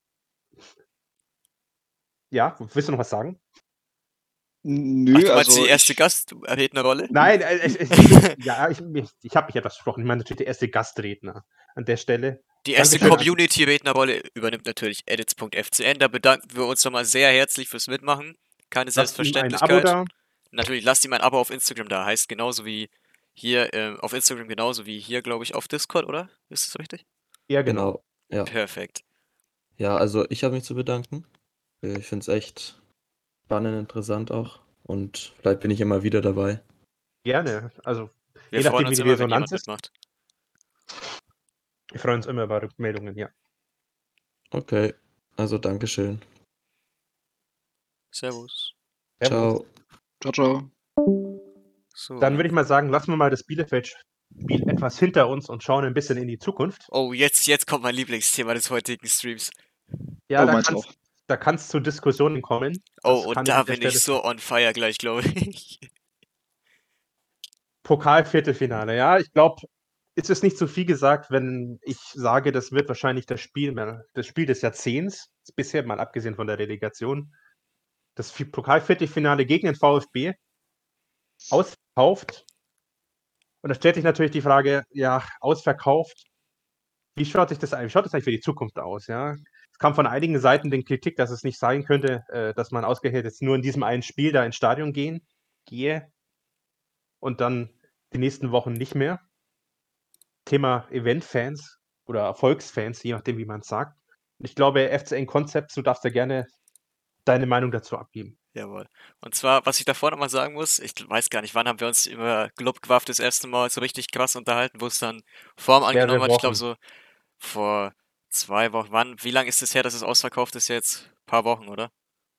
ja, willst du noch was sagen? Nö, Ach, du meinst also die erste ich, Gastrednerrolle? Nein, äh, ich, ich, ja, ich, ich habe mich etwas versprochen. Ich meine natürlich der erste Gastredner an der Stelle. Die erste Dankeschön. Community-Rednerrolle übernimmt natürlich edits Punkt f c n. Da bedanken wir uns nochmal sehr herzlich fürs Mitmachen. Keine Lasst ihm ein Abo Selbstverständlichkeit. da. Natürlich lasst ihm ein Abo auf Instagram da. Heißt genauso wie hier, äh, auf Instagram genauso wie hier, glaube ich, auf Discord, oder? Ist das richtig? Ja, genau. Genau. Ja. Perfekt. Ja, also ich habe mich zu bedanken. Äh, Ich finde es echt spannend, interessant auch. Und vielleicht bin ich immer wieder dabei. Gerne. Also, Wir je freuen nachdem, wie uns die immer, wenn Resonanz jemand ist. mitmacht. Wir freuen uns immer über Rückmeldungen, ja. Okay, also Dankeschön. Servus. Servus. Ciao. ciao, ciao. So, Dann würde ich mal sagen, lassen wir mal das Bielefeld Spiel etwas hinter uns und schauen ein bisschen in die Zukunft. Oh, jetzt, jetzt kommt mein Lieblingsthema des heutigen Streams. Ja, Oh, da meins kann's auch. da kann's zu Diskussionen kommen. Oh, Das und kann ich da an der bin ich Stelle so on fire gleich, glaube ich. Pokal-Viertelfinale, ja, ich glaube, ist es nicht zu viel gesagt, wenn ich sage, das wird wahrscheinlich das Spiel das Spiel des Jahrzehnts, bisher mal abgesehen von der Relegation. Das Vi Pokal-Viertelfinale gegen den VfB. Ausverkauft. Und da stellt sich natürlich die Frage, ja, ausverkauft, wie schaut sich das wie schaut das eigentlich für die Zukunft aus, ja? Es kam von einigen Seiten den Kritik, dass es nicht sein könnte, äh, dass man ausgerechnet jetzt nur in diesem einen Spiel da ins Stadion gehen gehe und dann die nächsten Wochen nicht mehr. Thema Eventfans oder Erfolgsfans, je nachdem, wie man's sagt. Und ich glaube, F C N-Konzept, du darfst ja gerne deine Meinung dazu abgeben. Jawohl. Und zwar, was ich davor noch mal sagen muss, ich weiß gar nicht, wann haben wir uns über Globquaff das erste Mal so richtig krass unterhalten, wo es dann Form angenommen Mehrere hat. Ich glaube Wochen. so vor zwei Wochen. Wann, wie lang ist es her, dass es ausverkauft ist jetzt? Ein paar Wochen, oder?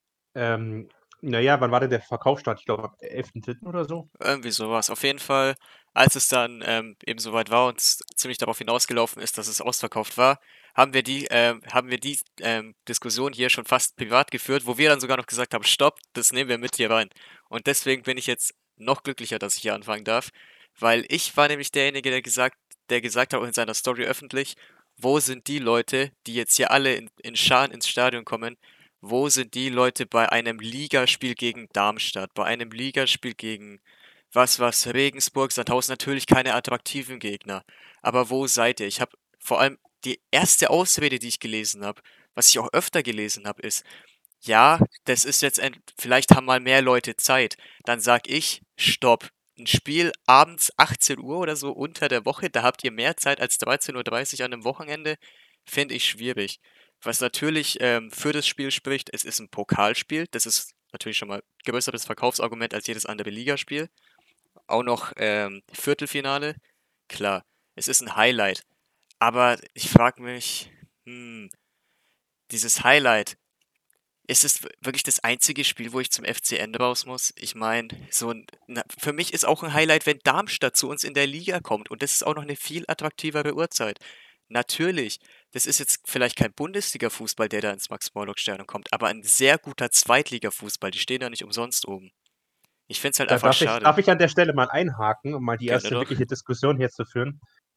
Ähm, na ja, wann war denn der Verkaufsstart? Ich glaube, am elften dritten oder so? Irgendwie sowas. Auf jeden Fall, als es dann ähm, eben soweit war und es ziemlich darauf hinausgelaufen ist, dass es ausverkauft war, haben wir die, ähm, haben wir die ähm, Diskussion hier schon fast privat geführt, wo wir dann sogar noch gesagt haben, stopp, das nehmen wir mit hier rein. Und deswegen bin ich jetzt noch glücklicher, dass ich hier anfangen darf, weil ich war nämlich derjenige, der gesagt, der gesagt hat auch in seiner Story öffentlich, wo sind die Leute, die jetzt hier alle in, in Scharen ins Stadion kommen, wo sind die Leute bei einem Ligaspiel gegen Darmstadt, bei einem Ligaspiel gegen was, was, Regensburg, Sandhausen, natürlich keine attraktiven Gegner. Aber wo seid ihr? Ich habe vor allem die erste Ausrede, die ich gelesen habe, was ich auch öfter gelesen habe, ist, ja, das ist jetzt, ein, vielleicht haben mal mehr Leute Zeit. Dann sag ich, stopp. Ein Spiel abends achtzehn Uhr oder so unter der Woche, da habt ihr mehr Zeit als dreizehn Uhr dreißig an einem Wochenende, finde ich schwierig. Was natürlich ähm, für das Spiel spricht, es ist ein Pokalspiel. Das ist natürlich schon mal größeres Verkaufsargument als jedes andere Ligaspiel. Auch noch ähm, Viertelfinale. Klar, es ist ein Highlight. Aber ich frage mich, hm, dieses Highlight, ist es wirklich das einzige Spiel, wo ich zum F C N raus muss? Ich meine, so ein, na, für mich ist auch ein Highlight, wenn Darmstadt zu uns in der Liga kommt. Und das ist auch noch eine viel attraktivere Uhrzeit. Natürlich, das ist jetzt vielleicht kein Bundesliga-Fußball, der da ins Max-Morlock-Stadion kommt, aber ein sehr guter Zweitliga-Fußball. Die stehen da nicht umsonst oben. Ich finde es halt Da einfach darf ich schade. darf ich an der Stelle mal einhaken, um mal die Gerne erste doch. wirkliche Diskussion hier zu führen.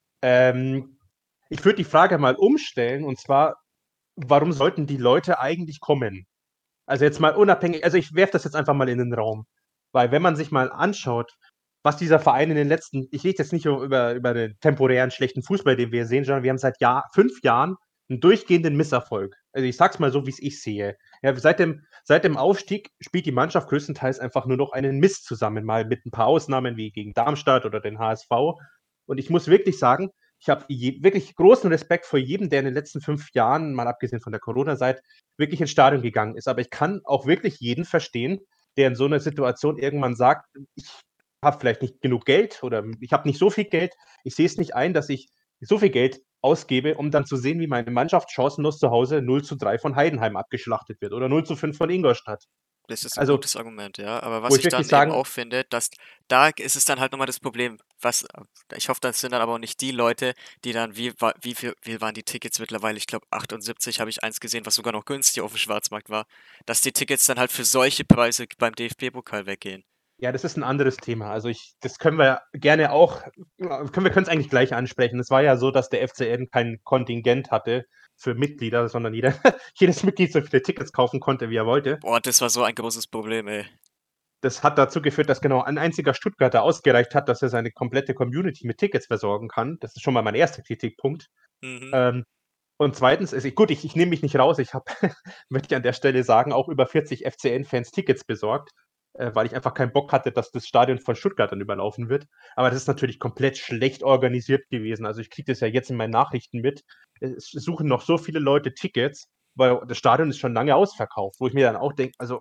Ähm, ich würde die Frage mal umstellen, und zwar, warum sollten die Leute eigentlich kommen? Also jetzt mal unabhängig, also ich werfe das jetzt einfach mal in den Raum. Weil wenn man sich mal anschaut, was dieser Verein in den letzten, ich rede jetzt nicht über, über den temporären schlechten Fußball, den wir sehen, sondern wir haben seit Jahr, fünf Jahren einen durchgehenden Misserfolg. Also ich sag's mal so, wie es ich sehe. Ja, seit, dem, seit dem Aufstieg spielt die Mannschaft größtenteils einfach nur noch einen Mist zusammen, mal mit ein paar Ausnahmen wie gegen Darmstadt oder den H S V. Und ich muss wirklich sagen, ich habe wirklich großen Respekt vor jedem, der in den letzten fünf Jahren, mal abgesehen von der Corona-Zeit, wirklich ins Stadion gegangen ist. Aber ich kann auch wirklich jeden verstehen, der in so einer Situation irgendwann sagt, ich habe vielleicht nicht genug Geld oder ich habe nicht so viel Geld. Ich sehe es nicht ein, dass ich so viel Geld ausgebe, um dann zu sehen, wie meine Mannschaft chancenlos zu Hause null zu drei von Heidenheim abgeschlachtet wird oder null zu fünf von Ingolstadt. Das ist ein Also, gutes Argument, ja. Aber wo was ich ich wirklich dann eben sagen, auch finde, dass da ist es dann halt nochmal das Problem, was, ich hoffe, das sind dann aber auch nicht die Leute, die dann, wie, wa- wie viel, wie waren die Tickets mittlerweile? Ich glaube, achtundsiebzig habe ich eins gesehen, was sogar noch günstig auf dem Schwarzmarkt war, dass die Tickets dann halt für solche Preise beim D F B-Pokal weggehen. ja, das ist ein anderes Thema. Also ich, das können wir gerne auch, können wir können es eigentlich gleich ansprechen. Es war ja so, dass der F C N kein Kontingent hatte für Mitglieder, sondern jeder, jedes Mitglied so viele Tickets kaufen konnte, wie er wollte. Boah, das war so ein großes Problem, ey. Das hat dazu geführt, dass genau ein einziger Stuttgarter ausgereicht hat, dass er seine komplette Community mit Tickets versorgen kann. Das ist schon mal mein erster Kritikpunkt. Mhm. Ähm, und zweitens ist, ich, gut, ich, ich nehme mich nicht raus. Ich habe, möchte ich an der Stelle sagen, auch über vierzig F C N-Fans Tickets besorgt, äh, weil ich einfach keinen Bock hatte, dass das Stadion von Stuttgartern überlaufen wird. Aber das ist natürlich komplett schlecht organisiert gewesen. Also ich kriege das ja jetzt in meinen Nachrichten mit. Es suchen noch so viele Leute Tickets, weil das Stadion ist schon lange ausverkauft, wo ich mir dann auch denke, also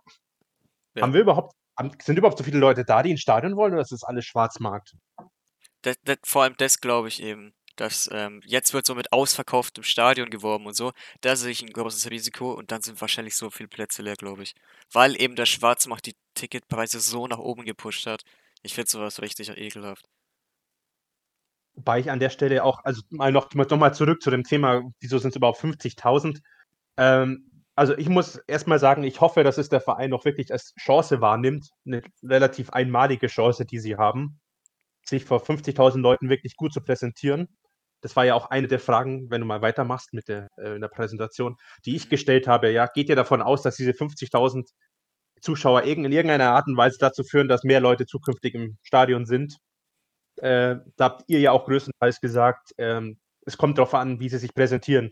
Ja. haben wir überhaupt, haben, sind überhaupt so viele Leute da, die ins Stadion wollen, oder ist das alles Schwarzmarkt? Das, das, vor allem das glaube ich eben, dass ähm, jetzt wird so mit ausverkauftem Stadion geworben und so. Da sehe ich ein großes Risiko und dann sind wahrscheinlich so viele Plätze leer, glaube ich. Weil eben der Schwarzmarkt die Ticketpreise so nach oben gepusht hat. Ich finde sowas richtig ekelhaft. Wobei ich an der Stelle auch, also mal noch, noch mal zurück zu dem Thema, wieso sind es überhaupt fünfzigtausend? Ähm, also ich muss erstmal sagen, ich hoffe, dass es der Verein noch wirklich als Chance wahrnimmt, eine relativ einmalige Chance, die sie haben, sich vor fünfzigtausend Leuten wirklich gut zu präsentieren. Das war ja auch eine der Fragen, wenn du mal weitermachst mit der, äh, in der Präsentation, die ich gestellt habe. Ja, geht ihr davon aus, dass diese fünfzigtausend Zuschauer in irgendeiner Art und Weise dazu führen, dass mehr Leute zukünftig im Stadion sind? Äh, da habt ihr ja auch größtenteils gesagt, ähm, es kommt darauf an, wie sie sich präsentieren.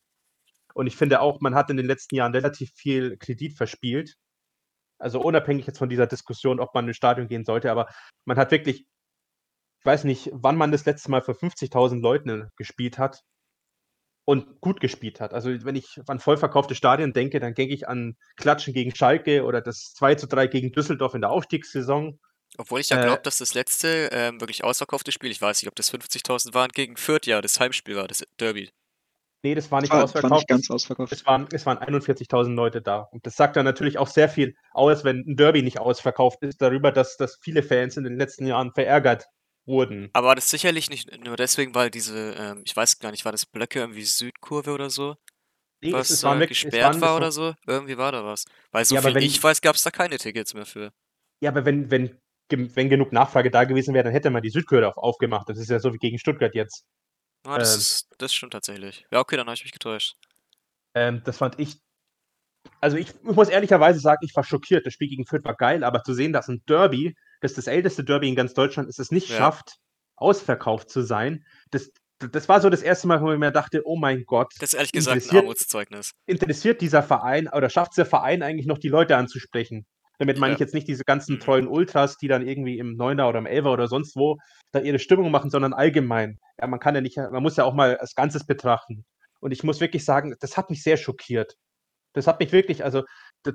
Und ich finde auch, man hat in den letzten Jahren relativ viel Kredit verspielt. Also unabhängig jetzt von dieser Diskussion, ob man ins Stadion gehen sollte, aber man hat wirklich, ich weiß nicht, wann man das letzte Mal für fünfzigtausend Leuten gespielt hat und gut gespielt hat. Also wenn ich an vollverkaufte Stadien denke, dann denke ich an Klatschen gegen Schalke oder das zwei zu drei gegen Düsseldorf in der Aufstiegssaison. Obwohl ich ja Äh, glaube, dass das letzte ähm, wirklich ausverkaufte Spiel, ich weiß nicht, ob das fünfzigtausend waren, gegen Fürth, ja, das Heimspiel war, das Derby. Nee, das war Das nicht war, das war ausverkauft. nicht ganz ausverkauft. Es waren, es waren einundvierzigtausend Leute da. Und das sagt dann natürlich auch sehr viel aus, wenn ein Derby nicht ausverkauft ist, darüber, dass, dass viele Fans in den letzten Jahren verärgert wurden. Aber das sicherlich nicht nur deswegen, weil diese, ähm, ich weiß gar nicht, war das Blöcke irgendwie Südkurve oder so, Nee, es, was es waren äh, wirklich, es gesperrt waren, war es oder war, so? Irgendwie war da was. Weil so ja, aber viel ich wenn, weiß, gab es da keine Tickets mehr für. ja, aber wenn, wenn, gem- wenn genug Nachfrage da gewesen wäre, dann hätte man die Südkurve auf, aufgemacht. Das ist ja so wie gegen Stuttgart jetzt. Ah, das Ähm, ist, das stimmt tatsächlich. Ja, okay, dann habe ich mich getäuscht. ähm, das fand ich, also ich, ich muss ehrlicherweise sagen, ich war schockiert. Das Spiel gegen Fürth war geil, aber zu sehen, dass ein Derby, das das älteste Derby in ganz Deutschland ist, es nicht Ja. schafft, ausverkauft zu sein, das, das war so das erste Mal, wo ich mir dachte, oh mein Gott, Das ist ehrlich gesagt ein interessiert, Armutszeugnis. interessiert dieser Verein oder schafft es der Verein eigentlich noch, die Leute anzusprechen? Damit meine Ja. ich jetzt nicht diese ganzen Mhm. treuen Ultras, die dann irgendwie im Neuner oder im Elfer oder sonst wo da ihre Stimmung machen, sondern allgemein. Ja, man kann ja nicht, man muss ja auch mal als Ganzes betrachten. Und ich muss wirklich sagen, das hat mich sehr schockiert. Das hat mich wirklich, also, das,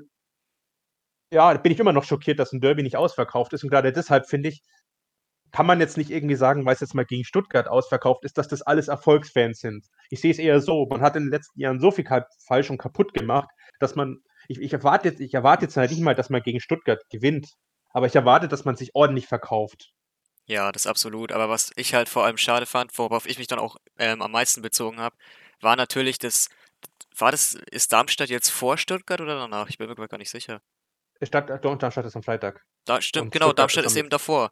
ja, da bin ich immer noch schockiert, dass ein Derby nicht ausverkauft ist. Und gerade deshalb finde ich, kann man jetzt nicht irgendwie sagen, weil es jetzt mal gegen Stuttgart ausverkauft ist, dass das alles Erfolgsfans sind. Ich sehe es eher so, man hat in den letzten Jahren so viel falsch und kaputt gemacht, dass man, ich, ich erwarte jetzt, ich erwarte jetzt halt nicht mal, dass man gegen Stuttgart gewinnt, aber ich erwarte, dass man sich ordentlich verkauft. Ja, das absolut. Aber was ich halt vor allem schade fand, worauf ich mich dann auch ähm, am meisten bezogen habe, war natürlich das, war das, ist Darmstadt jetzt vor Stuttgart oder danach? Ich bin mir gar nicht sicher. Stadt, Darmstadt ist am Freitag. Da, stimmt, Und genau, Stuttgart Darmstadt ist ist am eben davor.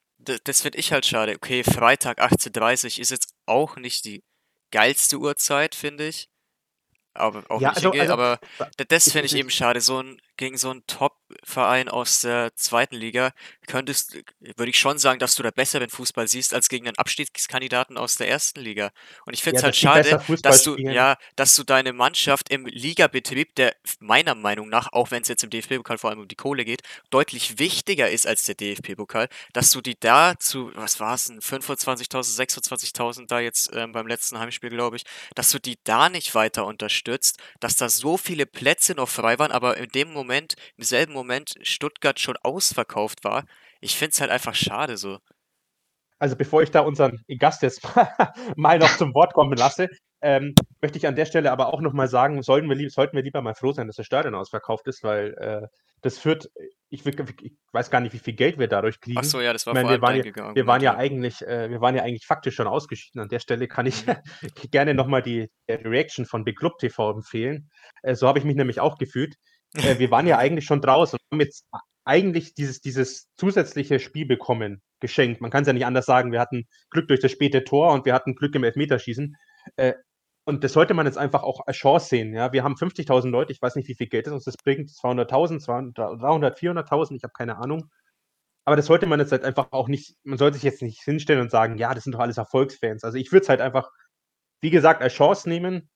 D das finde ich halt schade. Okay, Freitag achtzehn Uhr dreißig ist jetzt auch nicht die geilste Uhrzeit, finde ich. Aber auch Ja, wenn ich also, hingehe, also aber d- das ich, finde ich ich, eben schade. So ein, gegen so einen Top-Verein aus der zweiten Liga könntest, würde ich schon sagen, dass du da besseren Fußball siehst als gegen einen Abstiegskandidaten aus der ersten Liga. Und ich finde ja, es halt dass die schade, besser Fußball dass du, spielen. ja, dass du deine Mannschaft im Ligabetrieb, der meiner Meinung nach, auch wenn es jetzt im D F B-Pokal vor allem um die Kohle geht, deutlich wichtiger ist als der D F B-Pokal, dass du die da zu, was war es, fünfundzwanzigtausend, sechsundzwanzigtausend da jetzt ähm, beim letzten Heimspiel, glaube ich, dass du die da nicht weiter unterstützt, dass da so viele Plätze noch frei waren, aber in dem Moment, im selben Moment Stuttgart schon ausverkauft war. Ich finde es halt einfach schade so. Also bevor ich da unseren Gast jetzt mal noch zum Wort kommen lasse, ähm, möchte ich an der Stelle aber auch nochmal sagen, sollten wir, lieb, sollten wir lieber mal froh sein, dass das Stadion ausverkauft ist, weil äh, das führt, ich, ich, weiß gar nicht, wie viel Geld wir dadurch kriegen. Ach so, ja, das war ich meine, vor allem wir waren, dein ja, Argument, wir waren ja ja. eigentlich, äh, wir waren ja eigentlich faktisch schon ausgeschieden. An der Stelle kann ich Mhm. gerne nochmal die, die Reaction von Big Club T V empfehlen. Äh, so habe ich mich nämlich auch gefühlt. Äh, wir waren ja eigentlich schon draußen und haben jetzt eigentlich dieses, dieses zusätzliche Spiel bekommen, geschenkt. Man kann es ja nicht anders sagen. Wir hatten Glück durch das späte Tor und wir hatten Glück im Elfmeterschießen. Äh, und das sollte man jetzt einfach auch als Chance sehen. Ja? Wir haben fünfzigtausend Leute, ich weiß nicht, wie viel Geld das uns das bringt, zweihunderttausend, dreihundert, vierhunderttausend, ich habe keine Ahnung. Aber das sollte man jetzt halt einfach auch nicht, man sollte sich jetzt nicht hinstellen und sagen, ja, das sind doch alles Erfolgsfans. Also ich würde es halt einfach, wie gesagt, als Chance nehmen.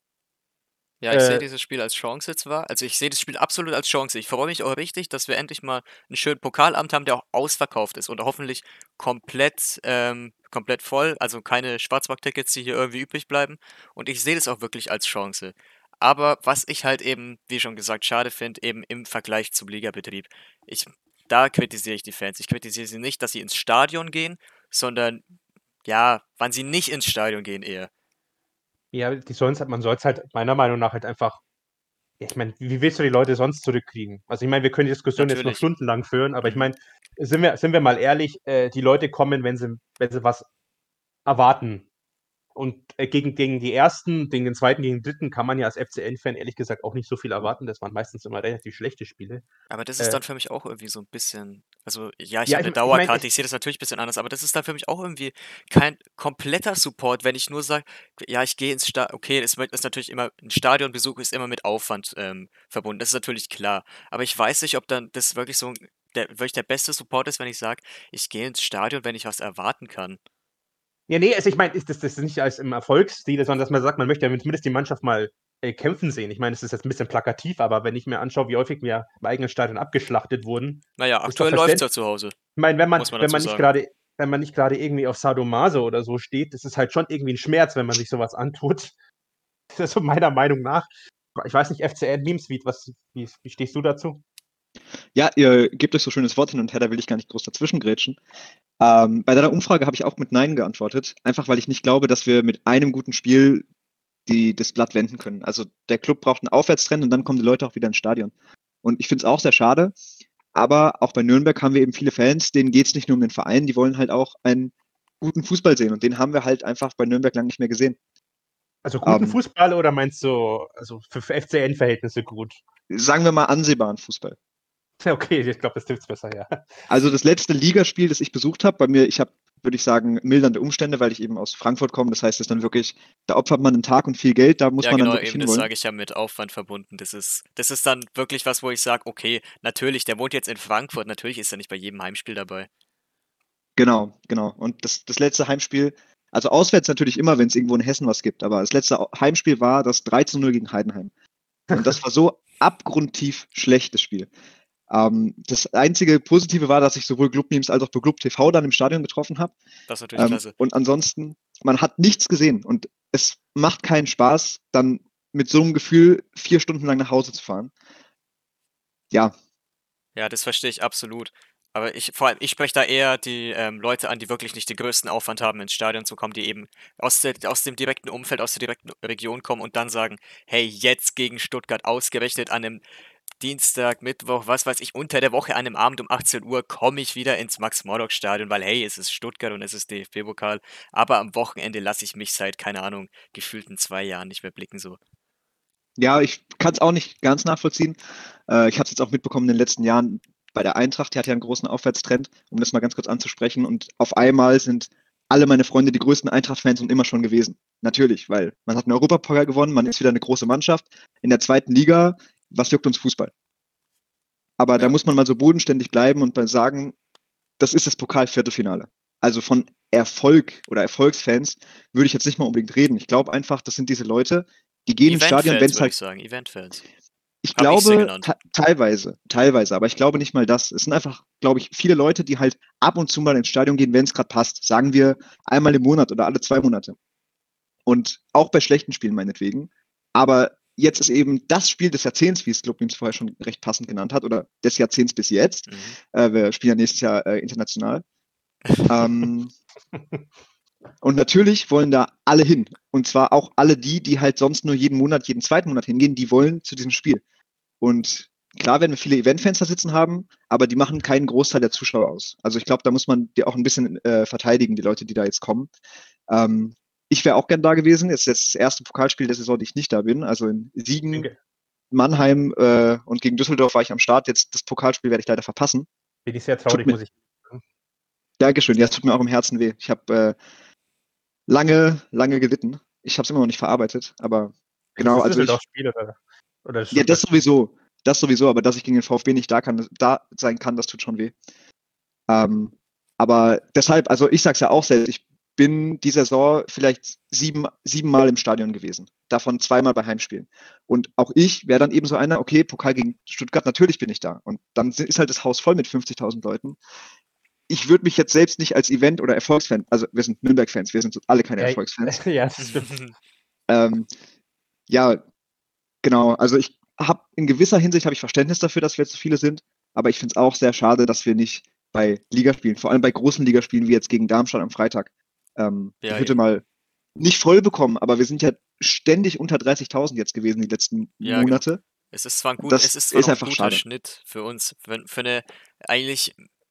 Ja, ich sehe Äh, dieses Spiel als Chance jetzt wahr. Also ich sehe das Spiel absolut als Chance. Ich freue mich auch richtig, dass wir endlich mal einen schönen Pokalamt haben, der auch ausverkauft ist und hoffentlich komplett, ähm, komplett voll. Also keine Schwarzmarkt-Tickets, die hier irgendwie übrig bleiben. Und ich sehe das auch wirklich als Chance. Aber was ich halt eben, wie schon gesagt, schade finde, eben im Vergleich zum Ligabetrieb. Ich, da kritisiere ich die Fans. Ich kritisiere sie nicht, dass sie ins Stadion gehen, sondern ja, wann sie nicht ins Stadion gehen eher. Ja, die sollen's halt, man soll es halt meiner Meinung nach halt einfach, ja, ich meine, wie willst du die Leute sonst zurückkriegen? Also ich meine, wir können die Diskussion jetzt noch Natürlich. stundenlang führen, aber ich Mhm. meine, sind wir, sind wir mal ehrlich, äh, die Leute kommen, wenn sie, wenn sie was erwarten. Und äh, gegen, gegen die ersten, gegen den zweiten, gegen den dritten kann man ja als F C N-Fan ehrlich gesagt auch nicht so viel erwarten. Das waren meistens immer relativ schlechte Spiele. Aber das ist Äh, dann für mich auch irgendwie so ein bisschen, also ja, ich ja, habe ich, eine ich meine, Dauerkarte, ich sehe das natürlich ein bisschen anders, aber das ist dann für mich auch irgendwie kein kompletter Support, wenn ich nur sage, ja, ich gehe ins Stadion, okay, es wird- ist natürlich immer, ein Stadionbesuch ist immer mit Aufwand ähm, verbunden, das ist natürlich klar. Aber ich weiß nicht, ob dann das wirklich so ein- der, wirklich der beste Support ist, wenn ich sage, ich gehe ins Stadion, wenn ich was erwarten kann. ja, nee, also ich meine, ist das, das ist nicht als im Erfolgsstil, sondern dass man sagt, man möchte ja zumindest die Mannschaft mal äh, kämpfen sehen. Ich meine, es ist jetzt ein bisschen plakativ, aber wenn ich mir anschaue, wie häufig wir im eigenen Stadion abgeschlachtet wurden, Naja, ist doch aktuell läuft es ja verständlich. zu Hause, Ich meine, wenn man, muss man wenn dazu man nicht sagen. gerade, wenn man nicht gerade irgendwie auf Sadomaso oder so steht, das ist halt schon irgendwie ein Schmerz, wenn man sich sowas antut. Das ist so meiner Meinung nach. Ich weiß nicht, F C N-Memesweet, was, wie, wie stehst du dazu? Ja, ihr gebt euch so schönes Wort hin und her, da will ich gar nicht groß dazwischengrätschen. Ähm, bei deiner Umfrage habe ich auch mit Nein geantwortet, einfach weil ich nicht glaube, dass wir mit einem guten Spiel die, das Blatt wenden können. Also der Club braucht einen Aufwärtstrend und dann kommen die Leute auch wieder ins Stadion. Und ich finde es auch sehr schade, aber auch bei Nürnberg haben wir eben viele Fans, denen geht es nicht nur um den Verein, die wollen halt auch einen guten Fußball sehen und den haben wir halt einfach bei Nürnberg lange nicht mehr gesehen. Also guten Ähm, Fußball oder meinst du, also für, für F C N-Verhältnisse gut? sagen wir mal ansehbaren Fußball. Ja, okay, ich glaube, das trifft es besser, ja. Also das letzte Ligaspiel, das ich besucht habe, bei mir, ich habe, würde ich sagen, mildernde Umstände, weil ich eben aus Frankfurt komme. Das heißt, das ist dann wirklich, da opfert man einen Tag und viel Geld, da muss Ja, man dann genau, wirklich eben, das hinwollen. sage ich ja mit Aufwand verbunden. Das ist, das ist dann wirklich was, wo ich sage, okay, natürlich, der wohnt jetzt in Frankfurt, natürlich ist er nicht bei jedem Heimspiel dabei. Genau, genau. Und das, das letzte Heimspiel, also auswärts natürlich immer, wenn es irgendwo in Hessen was gibt, aber das letzte Au- Heimspiel war das drei zu null gegen Heidenheim. Und das war so abgrundtief schlechtes Spiel. Ähm, das einzige Positive war, dass ich sowohl Clubmemes als auch bei Club T V dann im Stadion getroffen habe. Das ist natürlich Ähm, klasse. und ansonsten, man hat nichts gesehen und es macht keinen Spaß, dann mit so einem Gefühl vier Stunden lang nach Hause zu fahren. Ja, Ja, das verstehe ich absolut. Aber ich, vor allem, ich spreche da eher die ähm, Leute an, die wirklich nicht den größten Aufwand haben, ins Stadion zu kommen, die eben aus, der, aus dem direkten Umfeld, aus der direkten Region kommen und dann sagen, hey, jetzt gegen Stuttgart ausgerechnet an einem Dienstag, Mittwoch, was weiß ich, unter der Woche an einem Abend um achtzehn Uhr komme ich wieder ins Max-Morlock-Stadion, weil hey, es ist Stuttgart und es ist D F B-Pokal, aber am Wochenende lasse ich mich seit, keine Ahnung, gefühlten zwei Jahren nicht mehr blicken so. ja, ich kann es auch nicht ganz nachvollziehen. Äh, ich habe es jetzt auch mitbekommen in den letzten Jahren bei der Eintracht, die hat ja einen großen Aufwärtstrend, um das mal ganz kurz anzusprechen. Und auf einmal sind alle meine Freunde die größten Eintracht-Fans und immer schon gewesen. Natürlich, weil man hat einen Europapokal gewonnen, man ist wieder eine große Mannschaft. In der zweiten Liga, was juckt uns Fußball? Aber da Ja. muss man mal so bodenständig bleiben und mal sagen, das ist das Pokalviertelfinale. Also von Erfolg oder Erfolgsfans würde ich jetzt nicht mal unbedingt reden. Ich glaube einfach, das sind diese Leute, die gehen ins Stadion, wenn Event-Fans, es würde halt ich sagen, Event-Fans. ich Hab ich sie glaube, genannt. te teilweise, teilweise, aber ich glaube nicht mal das. Es sind einfach, glaube ich, viele Leute, die halt ab und zu mal ins Stadion gehen, wenn es gerade passt. Sagen wir einmal im Monat oder alle zwei Monate. Und auch bei schlechten Spielen meinetwegen. Aber jetzt ist eben das Spiel des Jahrzehnts, wie es Club Memes vorher schon recht passend genannt hat, oder des Jahrzehnts bis jetzt. Mhm. Äh, wir spielen ja nächstes Jahr äh, international. Ähm, und natürlich wollen da alle hin. Und zwar auch alle die, die halt sonst nur jeden Monat, jeden zweiten Monat hingehen, die wollen zu diesem Spiel. Und klar werden wir viele Eventfans da sitzen haben, aber die machen keinen Großteil der Zuschauer aus. Also ich glaube, da muss man die auch ein bisschen äh, verteidigen, die Leute, die da jetzt kommen. Ähm, ich wäre auch gern da gewesen. Es ist jetzt das erste Pokalspiel der Saison, die ich nicht da bin. Also in Siegen, Denke, Mannheim äh, und gegen Düsseldorf war ich am Start. Jetzt das Pokalspiel werde ich leider verpassen. bin ich sehr Tut traurig, mir, muss ich sagen. Dankeschön. Ja, es tut mir auch im Herzen weh. Ich habe äh, lange, lange gelitten. Ich habe es immer noch nicht verarbeitet, aber Ist das genau, das also ich, Düsseldorf-Spiel oder, oder das ja, das Stuttgart-Spiel? sowieso. Das sowieso, aber dass ich gegen den VfB nicht da kann, da sein kann, das tut schon weh. Ähm, aber deshalb, also ich sag's ja auch selbst, ich bin die Saison vielleicht sieben, siebenmal im Stadion gewesen. Davon zweimal bei Heimspielen. Und auch ich wäre dann eben so einer, okay, Pokal gegen Stuttgart, natürlich bin ich da. Und dann ist halt das Haus voll mit fünfzigtausend Leuten. Ich würde mich jetzt selbst nicht als Event- oder Erfolgsfan, also wir sind Nürnberg-Fans, wir sind alle keine Ja, Erfolgsfans. ja, das stimmt. Ähm, ja, genau. Also ich habe in gewisser Hinsicht habe ich Verständnis dafür, dass wir jetzt so viele sind, aber ich finde es auch sehr schade, dass wir nicht bei Ligaspielen, vor allem bei großen Ligaspielen wie jetzt gegen Darmstadt am Freitag, ähm, die Ja, Hütte eben. mal nicht voll bekommen, aber wir sind ja ständig unter dreißigtausend jetzt gewesen die letzten Ja, genau. Monate. Es ist zwar ein gut, es Das ist zwar ist noch ein einfach guter schade. Schnitt für uns, wenn, für eine eigentlich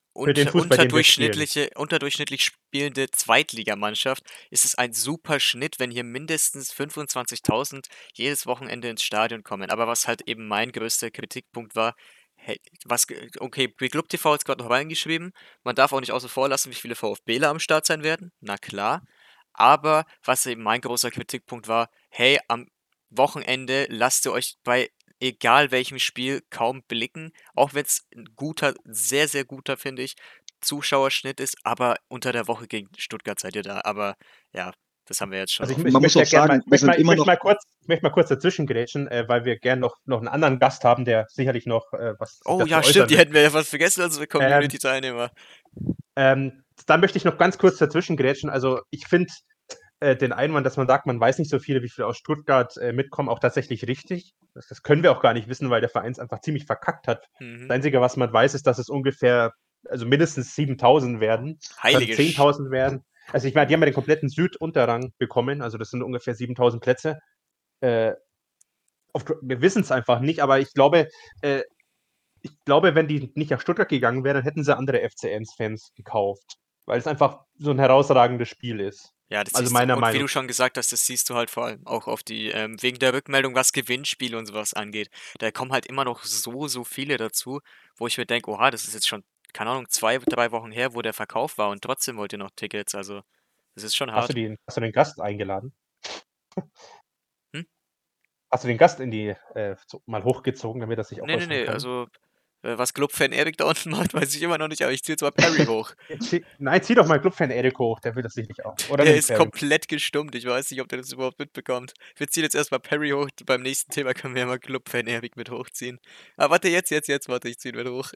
Für den unter, Fußball, den wir spielen. unterdurchschnittliche, unterdurchschnittlich spielende Zweitligamannschaft ist es ein super Schnitt, wenn hier mindestens fünfundzwanzigtausend jedes Wochenende ins Stadion kommen. Aber was halt eben mein größter Kritikpunkt war, hey, was, ge- okay, Big Club T V hat es gerade noch reingeschrieben, man darf auch nicht außen vor lassen, wie viele VfBler am Start sein werden, na klar. Aber was eben mein großer Kritikpunkt war, hey, am Wochenende lasst ihr euch bei egal welchem Spiel kaum blicken, auch wenn es ein guter, sehr, sehr guter, finde ich, Zuschauerschnitt ist, aber unter der Woche gegen Stuttgart seid ihr da. Aber ja, das haben wir jetzt schon Also ich, oft. ich Man muss möchte auch ja gerne sagen, mal, wir möchte sind mal, ich immer möchte noch. mal kurz, ich möchte mal kurz dazwischen grätschen, äh, weil wir gerne noch, noch einen anderen Gast haben, der sicherlich noch äh, was sich Oh dazu ja, äußern stimmt, die möchte. hätten wir ja fast vergessen, unsere Ähm, Community-Teilnehmer. ähm, da möchte ich noch ganz kurz dazwischen grätschen. Also ich finde äh, den Einwand, dass man sagt, man weiß nicht so viele, wie viele aus Stuttgart äh, mitkommen, auch tatsächlich richtig. Das, das können wir auch gar nicht wissen, weil der Verein es einfach ziemlich verkackt hat. Mhm. Das Einzige, was man weiß, ist, dass es ungefähr, also mindestens siebentausend werden, können Heilige Sch zehntausend werden. Also ich meine, die haben ja den kompletten Südunterrang bekommen, also das sind ungefähr siebentausend Plätze. Äh, auf, wir wissen es einfach nicht, aber ich glaube, äh, ich glaube, wenn die nicht nach Stuttgart gegangen wären, dann hätten sie andere F C N-Fans gekauft, weil es einfach so ein herausragendes Spiel ist. Ja, das Also siehst du. meiner Und wie Meinung du schon gesagt hast, das siehst du halt vor allem auch auf die, ähm, wegen der Rückmeldung, was Gewinnspiele und sowas angeht. Da kommen halt immer noch so, so viele dazu, wo ich mir denke, oha, das ist jetzt schon, keine Ahnung, zwei, drei Wochen her, wo der Verkauf war und trotzdem wollt ihr noch Tickets. Also, das ist schon Hast du, hart. den, hast du den Gast eingeladen? Hm? Hast du den Gast in die äh, so, mal hochgezogen, damit er sich auch Nee, nee, äußern nee, kann? also, äh, was Clubfan Erik da unten macht, weiß ich immer noch nicht, aber ich ziehe jetzt mal Perry hoch. Zieh, nein, zieh doch mal Clubfan Erik hoch, der will das sicherlich auch. Oder Der nimm ist Perry. komplett gestummt. Ich weiß nicht, ob der das überhaupt mitbekommt. Wir ziehen jetzt erstmal Perry hoch. Beim nächsten Thema können wir ja mal Clubfan Erik mit hochziehen. Ah, warte, jetzt, jetzt, jetzt, warte, ich zieh ihn mit hoch.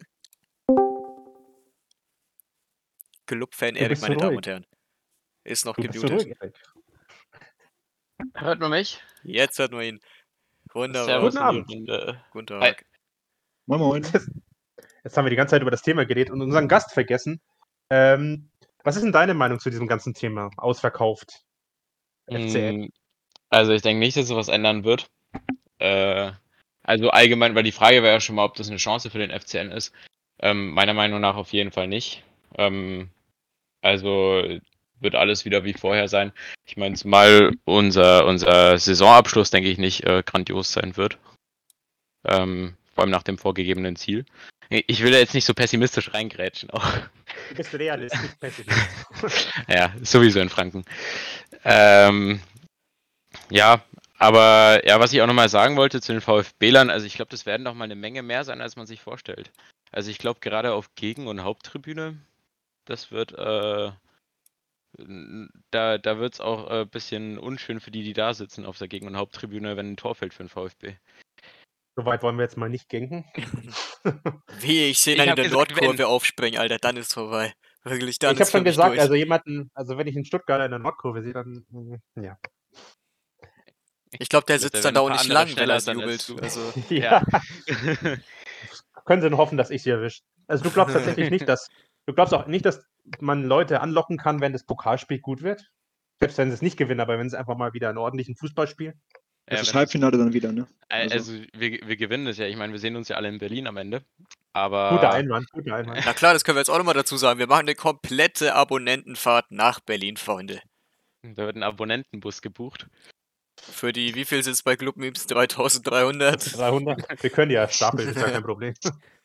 Clubfan Du Erik, bist so meine Damen ruhig. und Herren. Ist noch Du bist so gemutet. ruhig, Erik. Hört man mich? Jetzt hört man ihn. Wunderbar. Servus Guten in die Abend. Runde. Guten Hi. Tag. Moin Moin. Jetzt, jetzt haben wir die ganze Zeit über das Thema geredet und unseren Gast vergessen. Ähm, was ist denn deine Meinung zu diesem ganzen Thema? Ausverkauft. F C N. Mm, Also ich denke nicht, dass sowas ändern wird. Äh, also allgemein, weil die Frage wäre ja schon mal, ob das eine Chance für den F C N ist. Ähm, meiner Meinung nach auf jeden Fall nicht. Ähm, also wird alles wieder wie vorher sein. Ich meine, zumal unser, unser Saisonabschluss, denke ich, nicht äh, grandios sein wird. Ähm, vor allem nach dem vorgegebenen Ziel. Ich will da jetzt nicht so pessimistisch reingrätschen. Auch. Du bist Realist, nicht Pessimist. Ja, sowieso in Franken. Ähm, ja, aber ja, was ich auch nochmal sagen wollte zu den VfB-Lern, also ich glaube, das werden noch mal eine Menge mehr sein, als man sich vorstellt. Also ich glaube, gerade auf Gegen- und Haupttribüne, das wird, äh, n- da, da wird es auch ein äh, bisschen unschön für die, die da sitzen auf der Gegen- und Haupttribüne, wenn ein Tor fällt für den VfB. So weit wollen wir jetzt mal nicht genken. Wie, ich sehe Ich dann in hab der gesagt, Nordkurve wenn. aufspringen, Alter, dann ist vorbei. Wirklich, dann Ich habe ist für schon mich gesagt, durch. also jemanden, also wenn ich einen Stuttgarter in der Nordkurve sehe, dann mm, ja. Ich glaube, der Ich glaub, sitzt da dann werden da ein auch paar nicht andere lang, wenn schneller er sein als jubelt. du. Also, Ja. Ja. Können sie nur hoffen, dass ich sie erwische. Also du glaubst tatsächlich nicht, dass du glaubst auch nicht, dass man Leute anlocken kann, wenn das Pokalspiel gut wird. Selbst wenn sie es nicht gewinnen, aber wenn sie einfach mal wieder einen ordentlichen Fußball spielen. Das Ja, ist wenn- Halbfinale dann wieder, ne? Äh, Also, Also wir, wir gewinnen das ja. Ich meine, wir sehen uns ja alle in Berlin am Ende. Guter Aber Einwand, guter Einwand. na klar, das können wir jetzt auch nochmal dazu sagen. Wir machen eine komplette Abonnentenfahrt nach Berlin, Freunde. da wird ein Abonnentenbus gebucht. Für die, wie viel sind es bei Club Memes? dreitausenddreihundert? dreihundert. Wir können ja stapeln, ist ja kein Problem.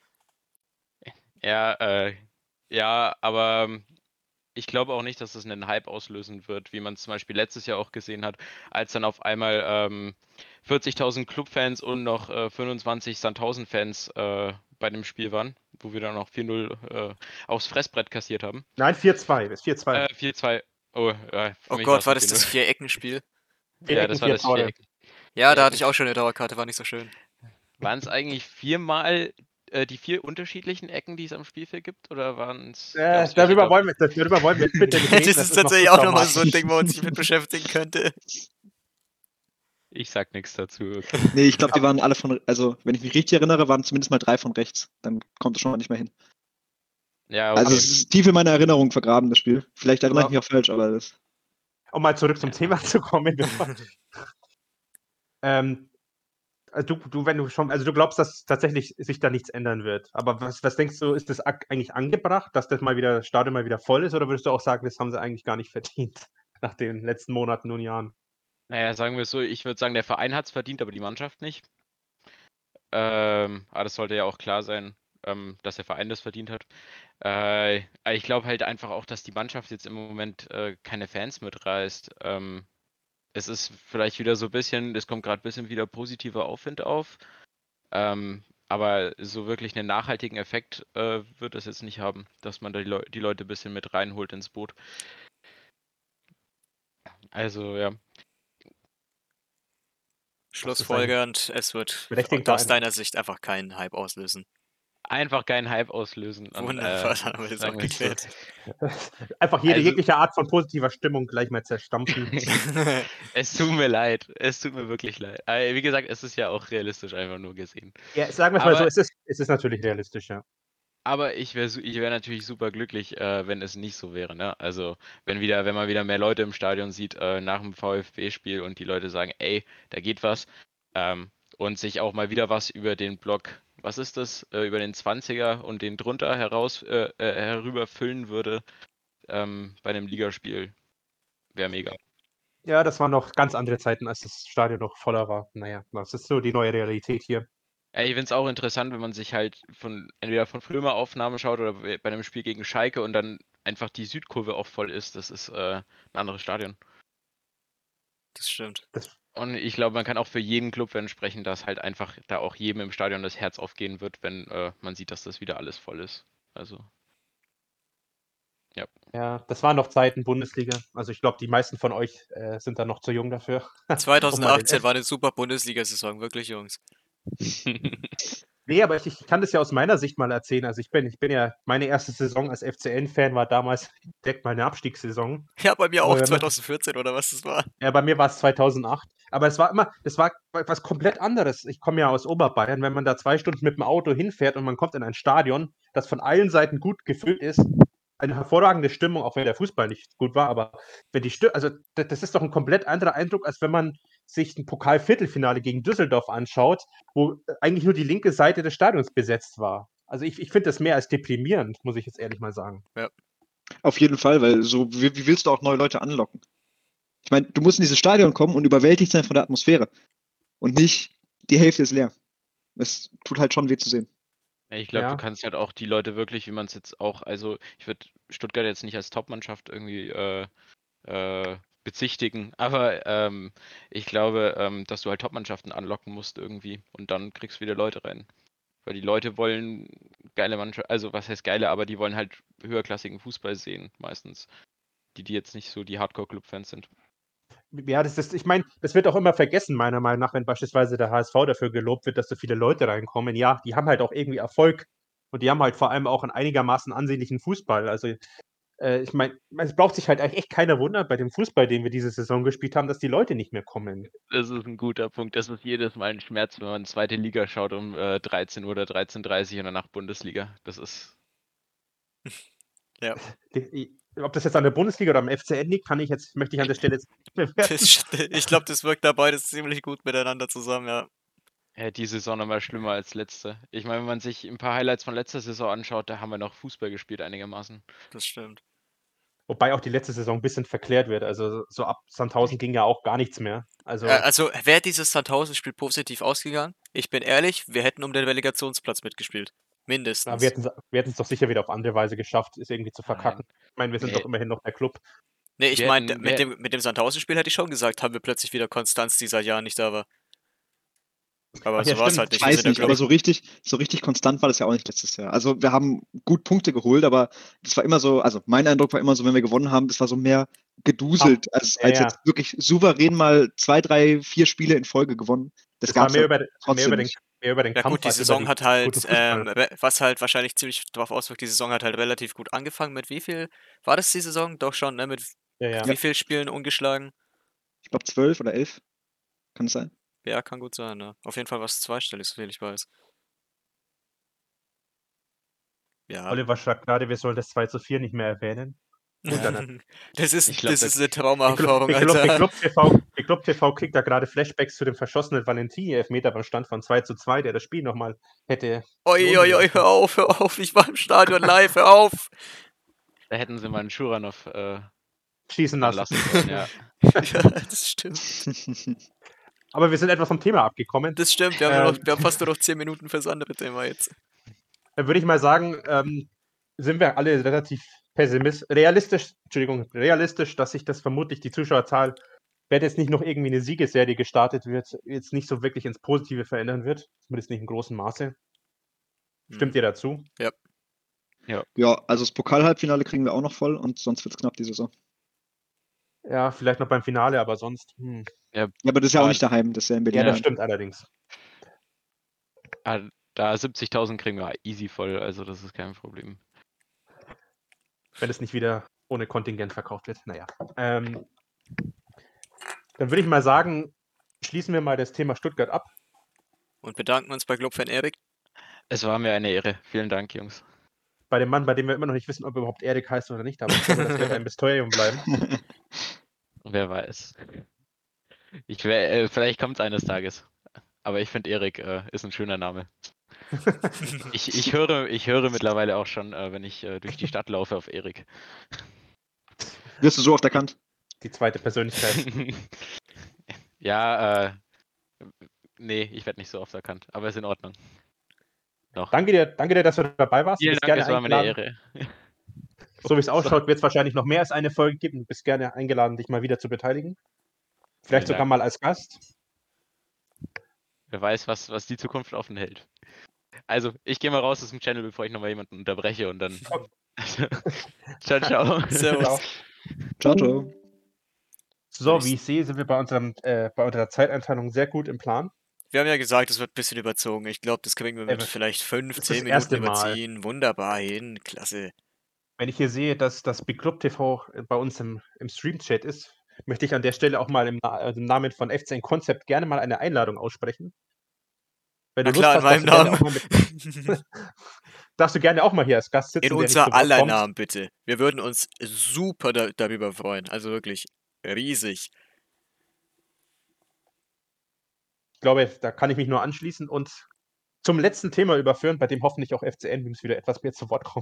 Ja, äh, ja, aber ähm, ich glaube auch nicht, dass das einen Hype auslösen wird, wie man es zum Beispiel letztes Jahr auch gesehen hat, als dann auf einmal ähm, vierzigtausend Clubfans und noch äh, fünfundzwanzig Sandhausen-Fans äh, bei dem Spiel waren, wo wir dann noch vier null äh, aufs Fressbrett kassiert haben. Nein, vier zwei. Ist vier zwei. Äh, vier zwei. Oh, ja, für Oh mich Gott, war's war ein das das vier null. Vier-Ecken-Spiel? Vier Ja, Ecken, das war vier das Tore. Viereck. Ja, da Vier hatte ich Ecken. auch schon eine Dauerkarte, war nicht so schön. Waren es eigentlich viermal äh, die vier unterschiedlichen Ecken, die es am Spielfeld gibt? Oder waren es. Äh, darüber, wollen wir, darüber wollen wir jetzt bitte nicht reden. Das ist tatsächlich noch auch nochmal so ein traumatisch. Ding, wo man sich mit beschäftigen könnte. Ich sag nichts dazu. nee, ich glaube, die waren alle von, also wenn ich mich richtig erinnere, waren zumindest mal drei von rechts. Dann kommt es schon mal nicht mehr hin. Ja, okay. Also es ist tief in meiner Erinnerung vergraben, das Spiel. Vielleicht erinnere ich Aber- mich auch falsch, aber das. Um mal zurück zum Thema zu kommen. bevor- ähm, Also du, du, wenn du schon, also du glaubst, dass tatsächlich sich da nichts ändern wird. Aber was, was denkst du, ist das ak- eigentlich angebracht, dass das mal wieder, das Stadion mal wieder voll ist, oder würdest du auch sagen, das haben sie eigentlich gar nicht verdient nach den letzten Monaten und Jahren? Naja, sagen wir es so, ich würde sagen, der Verein hat es verdient, aber die Mannschaft nicht. Ähm, aber das sollte ja auch klar sein, ähm, dass der Verein das verdient hat. Äh, ich glaube halt einfach auch, dass die Mannschaft jetzt im Moment äh, keine Fans mitreißt. Ähm, es ist vielleicht wieder so ein bisschen, es kommt gerade ein bisschen wieder positiver Aufwind auf. Ähm, aber so wirklich einen nachhaltigen Effekt äh, wird es jetzt nicht haben, dass man da die, Leu die Leute ein bisschen mit reinholt ins Boot. Also ja. Schlussfolgernd, es wird berechtigter aus Eindruck. deiner Sicht einfach keinen Hype auslösen. Einfach keinen Hype auslösen. Und, Wunderbar, äh, dann haben wir das auch sagen wir es so. geklärt. Einfach jede, Also- jegliche Art von positiver Stimmung gleich mal zerstampfen. Es tut mir leid. Es tut mir wirklich leid. Aber wie gesagt, es ist ja auch realistisch einfach nur gesehen. Ja, sagen wir es mal so, Aber- es ist, es ist natürlich realistisch, ja. Aber ich wäre ich wär natürlich super glücklich, äh, wenn es nicht so wäre. Ne? Also wenn wieder, wenn man wieder mehr Leute im Stadion sieht äh, nach dem VfB-Spiel und die Leute sagen, ey, da geht was. Ähm, und sich auch mal wieder was über den Block, was ist das, äh, über den zwanziger und den drunter heraus äh, äh, herüberfüllen würde ähm, bei einem Ligaspiel, wäre mega. Ja, das waren noch ganz andere Zeiten, als das Stadion noch voller war. Naja, das ist so die neue Realität hier. Ja, ich finde es auch interessant, wenn man sich halt von entweder von früher Aufnahmen schaut oder bei bei einem Spiel gegen Schalke und dann einfach die Südkurve auch voll ist. Das ist äh, ein anderes Stadion. Das stimmt. Und ich glaube, man kann auch für jeden Club entsprechen, dass halt einfach da auch jedem im Stadion das Herz aufgehen wird, wenn äh, man sieht, dass das wieder alles voll ist. Also, Ja, das waren noch Zeiten Bundesliga. Also ich glaube, die meisten von euch äh, sind da noch zu jung dafür. Um mal den zweitausendachtzehn F- war eine super Bundesliga-Saison, wirklich, Jungs. Nee, aber ich, ich kann das ja aus meiner Sicht mal erzählen. Also ich bin, ich bin ja, meine erste Saison als F C N-Fan war damals direkt meine Abstiegssaison. Ja, bei mir Aber auch wenn man- zweitausendvierzehn oder was das war. Ja, bei mir war es zweitausendacht. Aber es war immer, das war was komplett anderes. Ich komme ja aus Oberbayern. Wenn man da zwei Stunden mit dem Auto hinfährt und man kommt in ein Stadion, das von allen Seiten gut gefüllt ist, eine hervorragende Stimmung, auch wenn der Fußball nicht gut war, aber wenn die Stimmung, also das, das ist doch ein komplett anderer Eindruck, als wenn man sich ein Pokal-Viertelfinale gegen Düsseldorf anschaut, wo eigentlich nur die linke Seite des Stadions besetzt war. Also ich, ich finde das mehr als deprimierend, muss ich jetzt ehrlich mal sagen. Auf jeden Fall, weil so, wie, wie willst du auch neue Leute anlocken? Ich meine, du musst in dieses Stadion kommen und überwältigt sein von der Atmosphäre. Und nicht, die Hälfte ist leer. Es tut halt schon weh zu sehen. Ja, ich glaube, Ja. du kannst halt auch die Leute wirklich, wie man es jetzt auch, also ich würde Stuttgart jetzt nicht als Top-Mannschaft irgendwie äh, äh, bezichtigen, aber ähm, ich glaube, ähm, dass du halt Top-Mannschaften anlocken musst irgendwie und dann kriegst du wieder Leute rein. Weil die Leute wollen geile Mannschaft, also was heißt geile, aber die wollen halt höherklassigen Fußball sehen, meistens. Die, die jetzt nicht so die Hardcore-Club-Fans sind. Ja, das ist, ich meine, das wird auch immer vergessen, meiner Meinung nach, wenn beispielsweise der H S V dafür gelobt wird, dass so viele Leute reinkommen. Ja, die haben halt auch irgendwie Erfolg und die haben halt vor allem auch einen einigermaßen ansehnlichen Fußball. Also, äh, ich meine, es braucht sich halt eigentlich echt keiner wundern bei dem Fußball, den wir diese Saison gespielt haben, dass die Leute nicht mehr kommen. Das ist ein guter Punkt. Das ist jedes Mal ein Schmerz, wenn man zweite Liga schaut um äh, dreizehn Uhr oder dreizehn Uhr dreißig und danach Bundesliga. Das ist. Die- Ob das jetzt an der Bundesliga oder am F C N liegt, kann ich jetzt, möchte ich an der Stelle jetzt nicht bewerten. Das, st- ich glaube, das wirkt da beides ziemlich gut miteinander zusammen, ja. Ja, die Saison nochmal schlimmer als letzte. Ich meine, wenn man sich ein paar Highlights von letzter Saison anschaut, da haben wir noch Fußball gespielt einigermaßen. Das stimmt. Wobei auch die letzte Saison ein bisschen verklärt wird. Also so ab Sandhausen ging ja auch gar nichts mehr. Also Äh, also, wäre dieses Sandhausen-Spiel positiv ausgegangen? Ich bin ehrlich, wir hätten um den Relegationsplatz mitgespielt. na, Mindestens. wir hätten es doch sicher wieder auf andere Weise geschafft, es irgendwie zu verkacken. Ich meine, wir sind Nee. doch immerhin noch der Club. Nee, ich wir meine, hätten- mit wir- dem, mit dem Sandhausen-Spiel hätte ich schon gesagt, haben wir plötzlich wieder Konstanz, die seit Jahren nicht da war. Aber Ach so ja, war es stimmt. halt Ich nicht. Wir weiß sind der nicht, aber Club. so richtig, so richtig konstant war das ja auch nicht letztes Jahr. Also wir haben gut Punkte geholt, aber das war immer so, also mein Eindruck war immer so, wenn wir gewonnen haben, das war so mehr geduselt, als, ja, als ja. jetzt wirklich souverän mal zwei, drei, vier Spiele in Folge gewonnen. Das Das war gab's mehr ja über, mehr, trotzdem über den, nicht. mehr über den Ja Kampf gut, die als über Saison den hat halt, guten Fußball. ähm, re- was halt wahrscheinlich ziemlich darauf auswirkt, die Saison hat halt relativ gut angefangen. Mit wie viel war das die Saison? Doch schon, ne? Mit ja, ja. wie viel Spielen ungeschlagen? Ich glaube zwölf oder elf. Kann es sein? Ja, kann gut sein, ne? Auf jeden Fall war es zweistellig, so viel ich weiß. Ja. Oliver schreibt gerade, wir sollen das zwei zu vier nicht mehr erwähnen. Und dann- Das ist, Ich glaub, das das- ist eine Den Club, Traumaerfahrung, den Club, den Alter. Club T V, den Club T V kriegt da gerade Flashbacks zu dem verschossenen Valentini-Elfmeter beim Stand von zwei zu zwei, der das Spiel nochmal hätte. Oi, oi, oi, hör auf, hör auf, ich war im Stadion live, hör auf! Da hätten sie mal einen Schuranov äh, Schießen lassen. lassen sollen, ja. Ja, das stimmt. Aber wir sind etwas vom Thema abgekommen. Das stimmt, wir haben, nur Ähm. noch, wir haben fast nur noch zehn Minuten fürs andere Thema jetzt. Dann würde ich mal sagen, ähm, sind wir alle relativ pessimistisch, realistisch, Entschuldigung, realistisch, dass sich das vermutlich die Zuschauerzahl, wenn jetzt nicht noch irgendwie eine Siegesserie gestartet wird, jetzt nicht so wirklich ins Positive verändern wird. Zumindest nicht in großem Maße. Stimmt ihr dazu? Ja, also das Pokal-Halbfinale kriegen wir auch noch voll und sonst wird es knapp die Saison. Ja, vielleicht noch beim Finale, aber sonst. Hm. Ja, aber das ist ja auch Ah, nicht daheim, das ist ja in Ja, Berlin. das stimmt allerdings. Ah, Da siebzigtausend kriegen wir easy voll, also das ist kein Problem. Wenn es nicht wieder ohne Kontingent verkauft wird. Naja. Ähm, dann würde ich mal sagen, schließen wir mal das Thema Stuttgart ab. Und bedanken uns bei Clubfan Erik. Es war mir eine Ehre. Vielen Dank, Jungs. Bei dem Mann, bei dem wir immer noch nicht wissen, ob er überhaupt Erik heißt oder nicht, aber ich glaube, das wird ein Mysterium bleiben. Wer weiß. Ich, wär- äh, vielleicht kommt es eines Tages. Aber ich finde Erik äh, ist ein schöner Name. Ich, ich, höre, ich höre mittlerweile auch schon, äh, wenn ich äh, durch die Stadt laufe, auf Erik. Wirst du so oft erkannt? Die zweite Persönlichkeit. Ja, äh, nee, ich werde nicht so oft erkannt, aber ist in Ordnung. Noch. Danke dir, danke dir, dass du dabei warst. Vielen Du bist Dank, gerne es war mir eine eingeladen. Ehre. So wie es ausschaut, wird es wahrscheinlich noch mehr als eine Folge geben. Du bist gerne eingeladen, dich mal wieder zu beteiligen. Vielleicht Vielen sogar Dank. mal als Gast. Wer weiß, was, was die Zukunft offen hält. Also, ich gehe mal raus aus dem Channel, bevor ich nochmal jemanden unterbreche und dann. Ciao, ciao. Servus. Ciao, ciao. So, wie ich sehe, sind wir bei, unserem, äh, bei unserer Zeiteinteilung sehr gut im Plan. Wir haben ja gesagt, es wird ein bisschen überzogen. Ich glaube, das kriegen wir mit Ja, vielleicht fünf, das ist zehn das erste Minuten Mal. überziehen. Wunderbar hin. Klasse. Wenn ich hier sehe, dass das Big Club T V bei uns im, im Stream-Chat ist, möchte ich an der Stelle auch mal im, Na- äh, im Namen von F C N Concept gerne mal eine Einladung aussprechen. Wenn Na du klar, in Lust hast, meinem darfst du, gerne Namen. auch mal mit, darfst du gerne auch mal hier als Gast sitzen. In der nicht unser so weit aller kommt. Namen, bitte. Wir würden uns super da darüber freuen. Also wirklich riesig. Ich glaube, da kann ich mich nur anschließen und zum letzten Thema überführen, bei dem hoffentlich auch F C N-Memes wieder etwas mehr zu Wort kommen.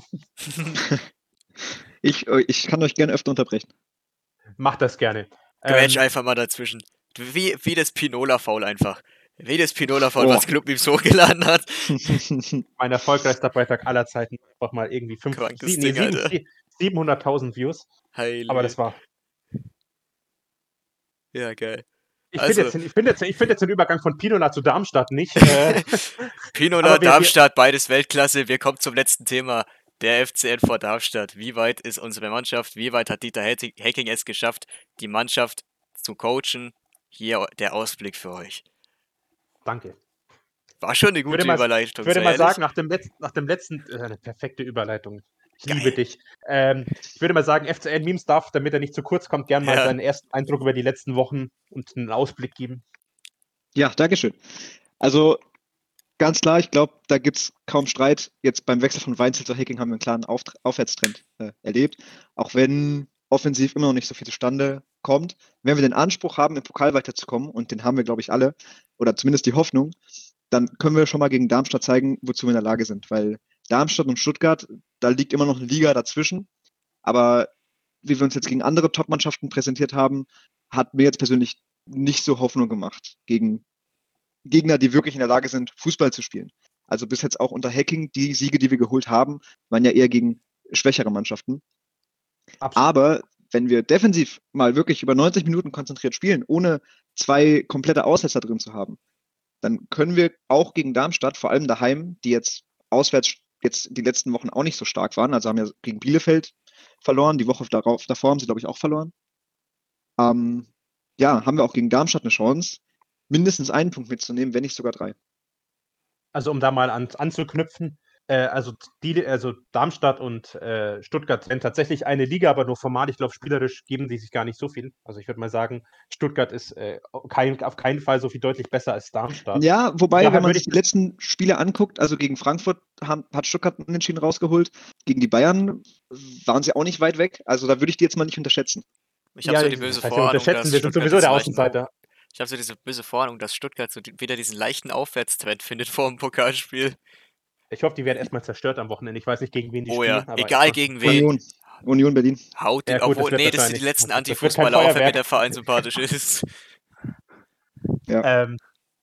Ich, äh, ich kann euch gerne öfter unterbrechen. Macht das gerne. Quetsch Ähm, einfach mal dazwischen. Wie, wie das Pinola-Foul einfach. Wie das Pinola-Foul, Oh. was Club Memes hochgeladen hat. mein erfolgreichster Beitrag aller Zeiten. Einfach mal irgendwie fünf, Krankes sie, nee, Ding, sieben, Alter. sie- siebenhunderttausend Views. Heilig. Aber das war. Ja, geil. Ich Also- finde jetzt, den- ich find jetzt, ich find jetzt den Übergang von Pinola zu Darmstadt nicht. Äh, Pinola, Aber wir- Darmstadt, beides Weltklasse. Wir kommen zum letzten Thema. Der F C N vor Darmstadt. Wie weit ist unsere Mannschaft? Wie weit hat Dieter Hecking Hecking es geschafft, die Mannschaft zu coachen? Hier der Ausblick für euch. danke. War schon eine Ich würde gute mal, Überleitung. ich würde sei mal ehrlich. sagen, nach dem letzten, nach dem letzten, äh, eine perfekte Überleitung. Ich Geil. liebe dich. Ähm, ich würde mal sagen, F C N-Memes darf, damit er nicht zu kurz kommt, gern mal Ja. seinen ersten Eindruck über die letzten Wochen und einen Ausblick geben. Ja, Dankeschön. Also ganz klar, ich glaube, da gibt es kaum Streit. Jetzt beim Wechsel von Weinzel zu Hacking haben wir einen klaren Auf Aufwärtstrend äh, erlebt. Auch wenn offensiv immer noch nicht so viel zustande kommt. Wenn wir den Anspruch haben, im Pokal weiterzukommen, und den haben wir, glaube ich, alle, oder zumindest die Hoffnung, dann können wir schon mal gegen Darmstadt zeigen, wozu wir in der Lage sind. Weil Darmstadt und Stuttgart, da liegt immer noch eine Liga dazwischen. Aber wie wir uns jetzt gegen andere Top-Mannschaften präsentiert haben, hat mir jetzt persönlich nicht so Hoffnung gemacht gegen Gegner, die wirklich in der Lage sind, Fußball zu spielen. Also bis jetzt auch unter Hacking, die Siege, die wir geholt haben, waren ja eher gegen schwächere Mannschaften. Absolut. Aber wenn wir defensiv mal wirklich über neunzig Minuten konzentriert spielen, ohne zwei komplette Aussetzer drin zu haben, dann können wir auch gegen Darmstadt, vor allem daheim, die jetzt auswärts jetzt die letzten Wochen auch nicht so stark waren, also haben ja gegen Bielefeld verloren, die Woche darauf, davor haben sie, glaube ich, auch verloren. Ähm, ja, haben wir auch gegen Darmstadt eine Chance, mindestens einen Punkt mitzunehmen, wenn nicht sogar drei. Also um da mal an, anzuknüpfen, äh, also, die, also Darmstadt und äh, Stuttgart sind tatsächlich eine Liga, aber nur formal. Ich glaube, spielerisch geben die sich gar nicht so viel. Also ich würde mal sagen, Stuttgart ist äh, kein, auf keinen Fall so viel deutlich besser als Darmstadt. Ja, wobei, Daher wenn man würde sich ich- die letzten Spiele anguckt, also gegen Frankfurt haben, hat Stuttgart einen Unentschieden rausgeholt, gegen die Bayern waren sie auch nicht weit weg, also da würde ich die jetzt mal nicht unterschätzen. Ich habe so die das böse heißt, wir Vorahnung, unterschätzen, dass wir sind Stuttgart sowieso der jetzt vielleicht- Außenseiter. Ich habe so diese böse Vorahnung, dass Stuttgart so die, wieder diesen leichten Aufwärtstrend findet vor dem Pokalspiel. Ich hoffe, die werden erstmal zerstört am Wochenende. Ich weiß nicht, gegen wen die Oh spielen. ja, aber egal erstmal- gegen wen. Union. Union Berlin. Haut die, Ja, gut, das obwohl, wird nee, das sind die wahrscheinlich- letzten das wird kein Antifußballer, auch wenn mir Feuerwerk. der Verein sympathisch ist. Ähm,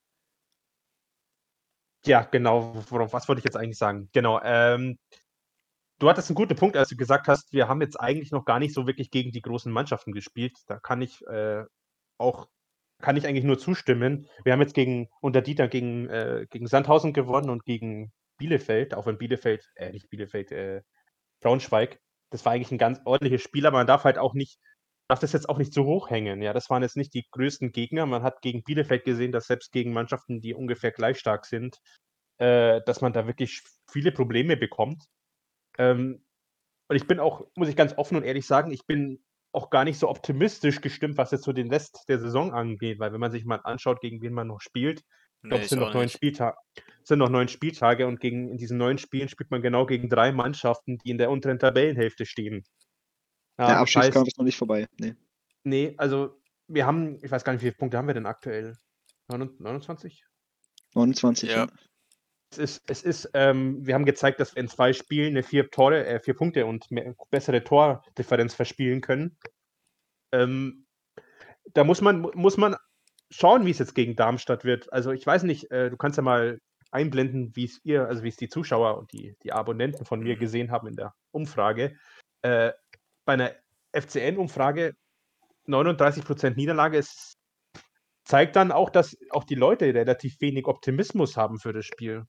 ja, genau. Worauf, was wollte ich jetzt eigentlich sagen? Genau. Ähm, du hattest einen guten Punkt, als du gesagt hast, wir haben jetzt eigentlich noch gar nicht so wirklich gegen die großen Mannschaften gespielt. Da kann ich äh, auch, kann ich eigentlich nur zustimmen. Wir haben jetzt gegen, unter Dieter gegen, äh, gegen Sandhausen gewonnen und gegen Bielefeld, auch wenn Bielefeld, äh, nicht Bielefeld, äh, Braunschweig. Das war eigentlich ein ganz ordentliches Spiel, aber man darf halt auch nicht, darf das jetzt auch nicht so hoch hängen. Ja, das waren jetzt nicht die größten Gegner. Man hat gegen Bielefeld gesehen, dass selbst gegen Mannschaften, die ungefähr gleich stark sind, äh, dass man da wirklich viele Probleme bekommt. Ähm, und ich bin auch, muss ich ganz offen und ehrlich sagen, ich bin auch gar nicht so optimistisch gestimmt, was jetzt so den Rest der Saison angeht, weil wenn man sich mal anschaut, gegen wen man noch spielt, ich glaube, Nee, es sind ich noch auch neun nicht. Spieltage, es sind noch neun Spieltage und gegen, in diesen neun Spielen spielt man genau gegen drei Mannschaften, die in der unteren Tabellenhälfte stehen. Ja, Der das Abstiegskampf heißt, ist noch nicht vorbei. Nee. nee, also wir haben, ich weiß gar nicht, wie viele Punkte haben wir denn aktuell? neunundzwanzig? neunundzwanzig, Ja. ja. Es ist, es ist ähm, wir haben gezeigt, dass wir in zwei Spielen eine vier Tore, äh, vier Punkte und mehr, bessere Tordifferenz verspielen können. Ähm, da muss man, muss man schauen, wie es jetzt gegen Darmstadt wird. Also ich weiß nicht, äh, du kannst ja mal einblenden, wie es ihr, also wie es die Zuschauer und die, die Abonnenten von mir Mhm. gesehen haben in der Umfrage. Äh, bei einer F C N-Umfrage neununddreißig Prozent Niederlage ist, zeigt dann auch, dass auch die Leute relativ wenig Optimismus haben für das Spiel.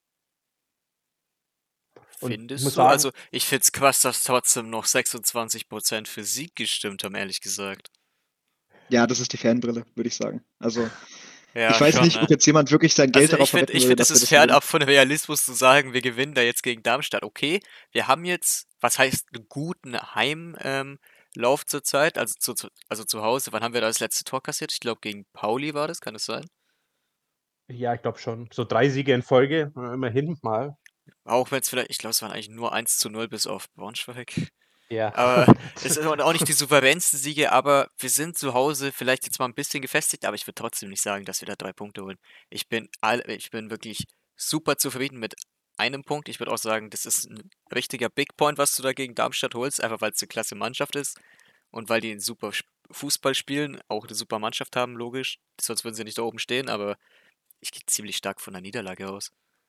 Und ich Findest muss du? sagen, Also, ich find's krass, dass trotzdem noch sechsundzwanzig Prozent für Sieg gestimmt haben, ehrlich gesagt. Ja, das ist die Fanbrille, würde ich sagen. Also, Ja, ich weiß schon, nicht, ne? ob jetzt jemand wirklich sein Geld Also darauf ich finde, verwetten ich würde, find, es dass wir ist das gewinnen. fernab von Realismus zu sagen, wir gewinnen da jetzt gegen Darmstadt. Okay, wir haben jetzt, was heißt, einen guten Heimlauf ähm, Lauf zurzeit, also zu, zu, also zu Hause. Wann haben wir da das letzte Tor kassiert? Ich glaube, gegen Pauli war das, kann es sein? ja, ich glaube schon. So drei Siege in Folge, äh, immerhin mal. Auch wenn es vielleicht, ich glaube, es waren eigentlich nur eins zu null bis auf Braunschweig. Ja. Aber es sind auch nicht die souveränsten Siege, aber wir sind zu Hause vielleicht jetzt mal ein bisschen gefestigt, aber ich würde trotzdem nicht sagen, dass wir da drei Punkte holen. Ich bin, all, ich bin wirklich super zufrieden mit einem Punkt. Ich würde auch sagen, das ist ein richtiger Big Point, was du da gegen Darmstadt holst, einfach weil es eine klasse Mannschaft ist und weil die einen super Sp- Fußball spielen, auch eine super Mannschaft haben, logisch. Sonst würden sie nicht da oben stehen, aber ich gehe ziemlich stark von der Niederlage aus.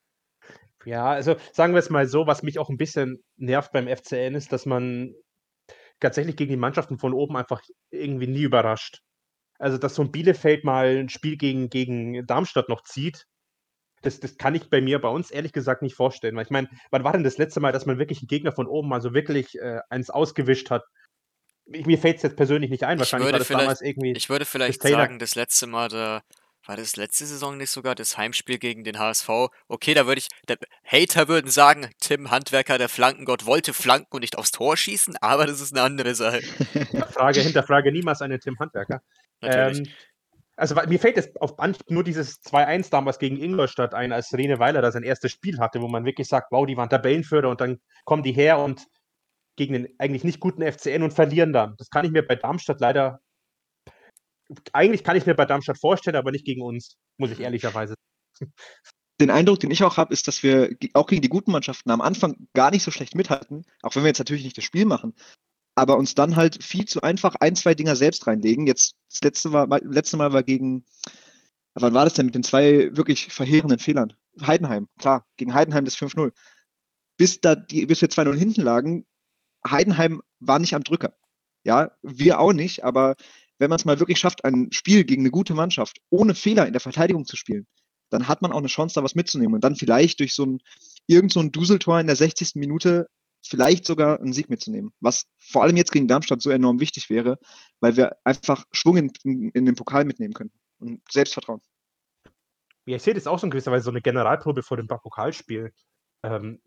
Ja, also sagen wir es mal so, was mich auch ein bisschen nervt beim F C N ist, dass man tatsächlich gegen die Mannschaften von oben einfach irgendwie nie überrascht. Also, dass so ein Bielefeld mal ein Spiel gegen, gegen Darmstadt noch zieht, das, das kann ich bei mir, bei uns ehrlich gesagt nicht vorstellen. Weil ich meine, wann war denn das letzte Mal, dass man wirklich einen Gegner von oben mal so wirklich äh, eins ausgewischt hat? Ich, mir fällt es jetzt persönlich nicht ein. Ich Wahrscheinlich war würde das vielleicht, damals irgendwie ich würde vielleicht Taylor- sagen, das letzte Mal, da war das letzte Saison nicht sogar, das Heimspiel gegen den H S V. Okay, da würde ich, der Hater würden sagen, Tim Handwerker, der Flankengott, wollte flanken und nicht aufs Tor schießen, aber das ist eine andere Sache. Frage, hinterfrage niemals einen Tim Handwerker. Natürlich. Ähm, also wa- mir fällt jetzt auf Anhieb nur dieses zwei eins damals gegen Ingolstadt ein, als Rene Weiler da sein erstes Spiel hatte, wo man wirklich sagt, wow, die waren Tabellenführer und dann kommen die her und gegen den eigentlich nicht guten F C N und verlieren dann. Das kann ich mir bei Darmstadt leider, eigentlich kann ich mir bei Darmstadt vorstellen, aber nicht gegen uns, muss ich Mhm. ehrlicherweise sagen. Den Eindruck, den ich auch habe, ist, dass wir ge- auch gegen die guten Mannschaften am Anfang gar nicht so schlecht mithalten, auch wenn wir jetzt natürlich nicht das Spiel machen, aber uns dann halt viel zu einfach ein, zwei Dinger selbst reinlegen. Jetzt, das letzte, war, letzte Mal war gegen, wann war das denn mit den zwei wirklich verheerenden Fehlern? Heidenheim, klar, gegen Heidenheim das fünf null. Bis, da die, bis wir zwei null hinten lagen, Heidenheim war nicht am Drücker. Ja, wir auch nicht, aber wenn man es mal wirklich schafft, ein Spiel gegen eine gute Mannschaft ohne Fehler in der Verteidigung zu spielen, dann hat man auch eine Chance, da was mitzunehmen und dann vielleicht durch so ein, irgend so ein Duseltor in der sechzigsten Minute vielleicht sogar einen Sieg mitzunehmen. Was vor allem jetzt gegen Darmstadt so enorm wichtig wäre, weil wir einfach Schwung in, in, in den Pokal mitnehmen können und Selbstvertrauen. Ja, ich sehe das auch so in gewisser Weise so eine Generalprobe vor dem Pokalspiel. Ähm,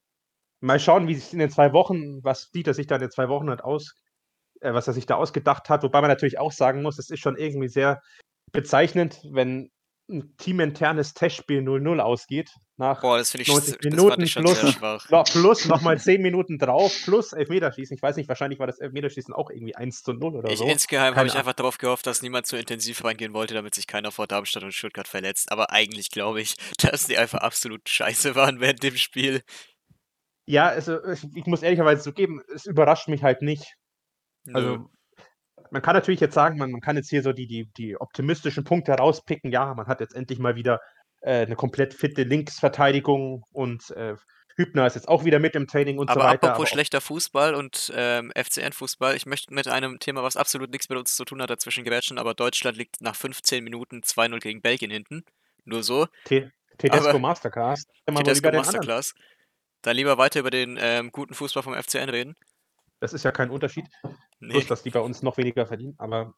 mal schauen, wie es in den zwei Wochen, was Dieter sich da in den zwei Wochen hat aus, äh, was er sich da ausgedacht hat, wobei man natürlich auch sagen muss, es ist schon irgendwie sehr bezeichnend, wenn ein teaminternes Testspiel null null ausgeht. Nach Boah, das finde ich, neunzig das fand Minuten ich schon plus, sehr schwach. no, plus nochmal zehn Minuten drauf, plus Elfmeterschießen. Ich weiß nicht, wahrscheinlich war das Elfmeterschießen auch irgendwie eins zu null oder Ich, so. insgeheim habe Keine ich Ahnung. einfach darauf gehofft, dass niemand zu intensiv reingehen wollte, damit sich keiner vor Darmstadt und Stuttgart verletzt. Aber eigentlich glaube ich, dass die einfach absolut scheiße waren während dem Spiel. Ja, also ich, ich muss ehrlicherweise zugeben, es überrascht mich halt nicht. Nö. Also man kann natürlich jetzt sagen, man, man kann jetzt hier so die, die, die optimistischen Punkte herauspicken. Ja, man hat jetzt endlich mal wieder äh, eine komplett fitte Linksverteidigung und äh, Hübner ist jetzt auch wieder mit im Training und aber so weiter. apropos Aber schlechter Fußball und ähm, F C N-Fußball, ich möchte mit einem Thema, was absolut nichts mit uns zu tun hat, dazwischen gerätschen, aber Deutschland liegt nach fünfzehn Minuten zwei null gegen Belgien hinten. Nur so. Te- Tedesco Aber Masterclass. Mal wohl Tedesco über den anderen. Masterclass. Dann lieber weiter über den ähm, guten Fußball vom F C N reden. Das ist ja kein Unterschied. Nee. Bloß, dass die bei uns noch weniger verdienen. Aber